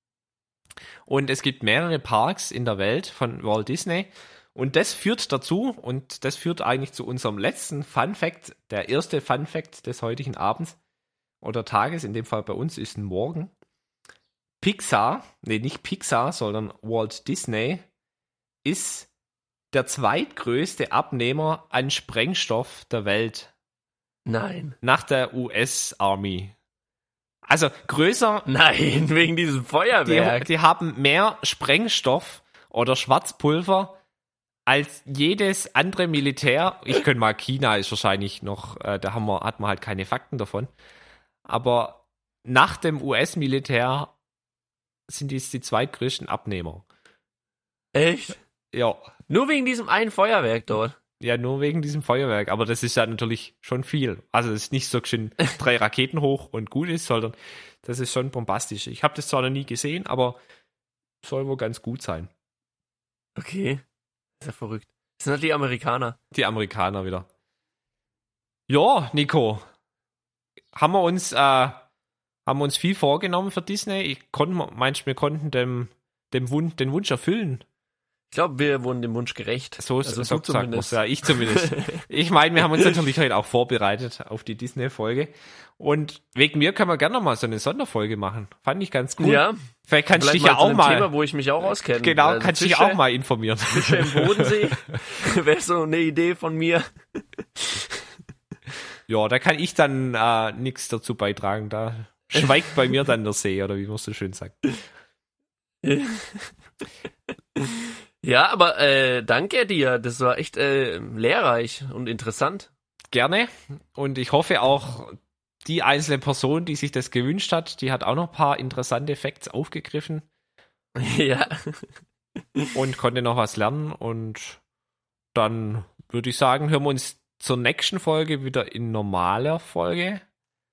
Und es gibt mehrere Parks in der Welt von Walt Disney. Und das führt dazu, und das führt eigentlich zu unserem letzten Fun Fact, der erste Fun Fact des heutigen Abends oder Tages, in dem Fall bei uns ist ein Morgen. Pixar, nee, nicht Pixar, sondern Walt Disney ist der zweitgrößte Abnehmer an Sprengstoff der Welt Nein. nach der U S Army. Also größer, Nein, wegen diesem die, Feuerwerk. die haben mehr Sprengstoff oder Schwarzpulver als jedes andere Militär. Ich könnte mal, China ist wahrscheinlich noch, äh, da haben wir, hat man halt keine Fakten davon. Aber nach dem U S-Militär sind dies die zweitgrößten Abnehmer. Echt? Ja. Nur wegen diesem einen Feuerwerk dort. Ja, nur wegen diesem Feuerwerk. Aber das ist ja natürlich schon viel. Also es ist nicht so schön drei Raketen hoch und gut ist, sondern das ist schon bombastisch. Ich habe das zwar noch nie gesehen, aber soll wohl ganz gut sein. Okay. Das ist ja verrückt. Das sind halt die Amerikaner. Die Amerikaner wieder. Ja, Nico. Haben wir uns, äh, haben wir uns viel vorgenommen für Disney? Ich konnte, meinst du, wir konnten dem, dem Wunsch, den Wunsch erfüllen? Ich glaube, wir wurden dem Wunsch gerecht. So, also so du sagt zumindest. man's. Ja, ich zumindest. Ich meine, wir haben uns natürlich heute auch vorbereitet auf die Disney-Folge. Und wegen mir können wir gerne noch mal so eine Sonderfolge machen. Fand ich ganz cool. Ja. Vielleicht kannst du Vielleicht dich ja zu auch einem mal. Thema, wo ich mich auch auskenne. Genau, Also kannst du dich Fische- auch mal informieren. Fische im Bodensee wäre so eine Idee von mir. Ja, da kann ich dann äh, nichts dazu beitragen. Da schweigt bei mir dann der See, oder wie man so schön sagt. Ja, aber äh, danke dir. Das war echt äh, lehrreich und interessant. Gerne. Und ich hoffe auch, die einzelne Person, die sich das gewünscht hat, die hat auch noch ein paar interessante Facts aufgegriffen Ja. und konnte noch was lernen. Und dann würde ich sagen, hören wir uns zur nächsten Folge wieder in normaler Folge.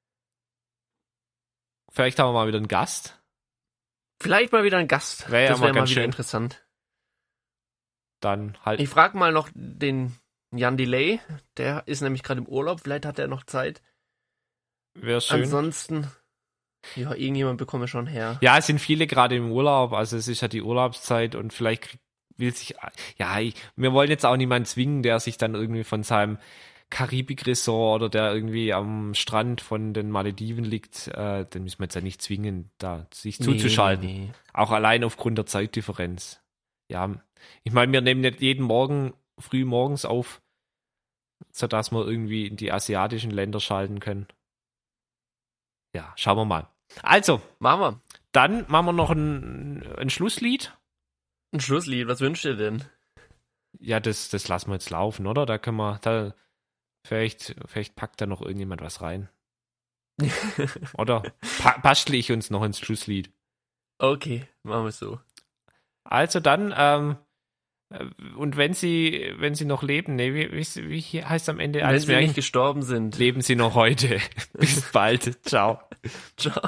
Vielleicht haben wir mal wieder einen Gast. Vielleicht mal wieder ein Gast. Wär ja das mal wäre mal ganz wieder schön. interessant. Dann halt. Ich frage mal noch den Jan Delay. Der ist nämlich gerade im Urlaub. Vielleicht hat er noch Zeit. Wäre schön. Ansonsten, ja, irgendjemand bekomme schon her. Ja, es sind viele gerade im Urlaub, also es ist ja die Urlaubszeit und vielleicht krieg- will sich, ja, ich, wir wollen jetzt auch niemanden zwingen, der sich dann irgendwie von seinem Karibik-Resort oder der irgendwie am Strand von den Malediven liegt, äh, den müssen wir jetzt ja nicht zwingen, da sich Nee, zuzuschalten. nee, nee. Auch allein aufgrund der Zeitdifferenz. Ja, ich meine, wir nehmen nicht jeden Morgen früh morgens auf, sodass wir irgendwie in die asiatischen Länder schalten können. Ja, schauen wir mal. Also, Machen wir. dann machen wir noch ein, ein Schlusslied. Ein Schlusslied, was wünscht ihr denn? Ja, das, das lassen wir jetzt laufen, oder? Da können wir, da, vielleicht, vielleicht packt da noch irgendjemand was rein. Oder pa bastle ich uns noch ins Schlusslied. Okay, machen wir es so. Also dann, ähm, und wenn sie, wenn sie noch leben, nee, wie, wie, wie heißt am Ende Wenn alles sie Märchen? nicht gestorben sind. Leben sie noch heute. Bis bald. Ciao. Ciao.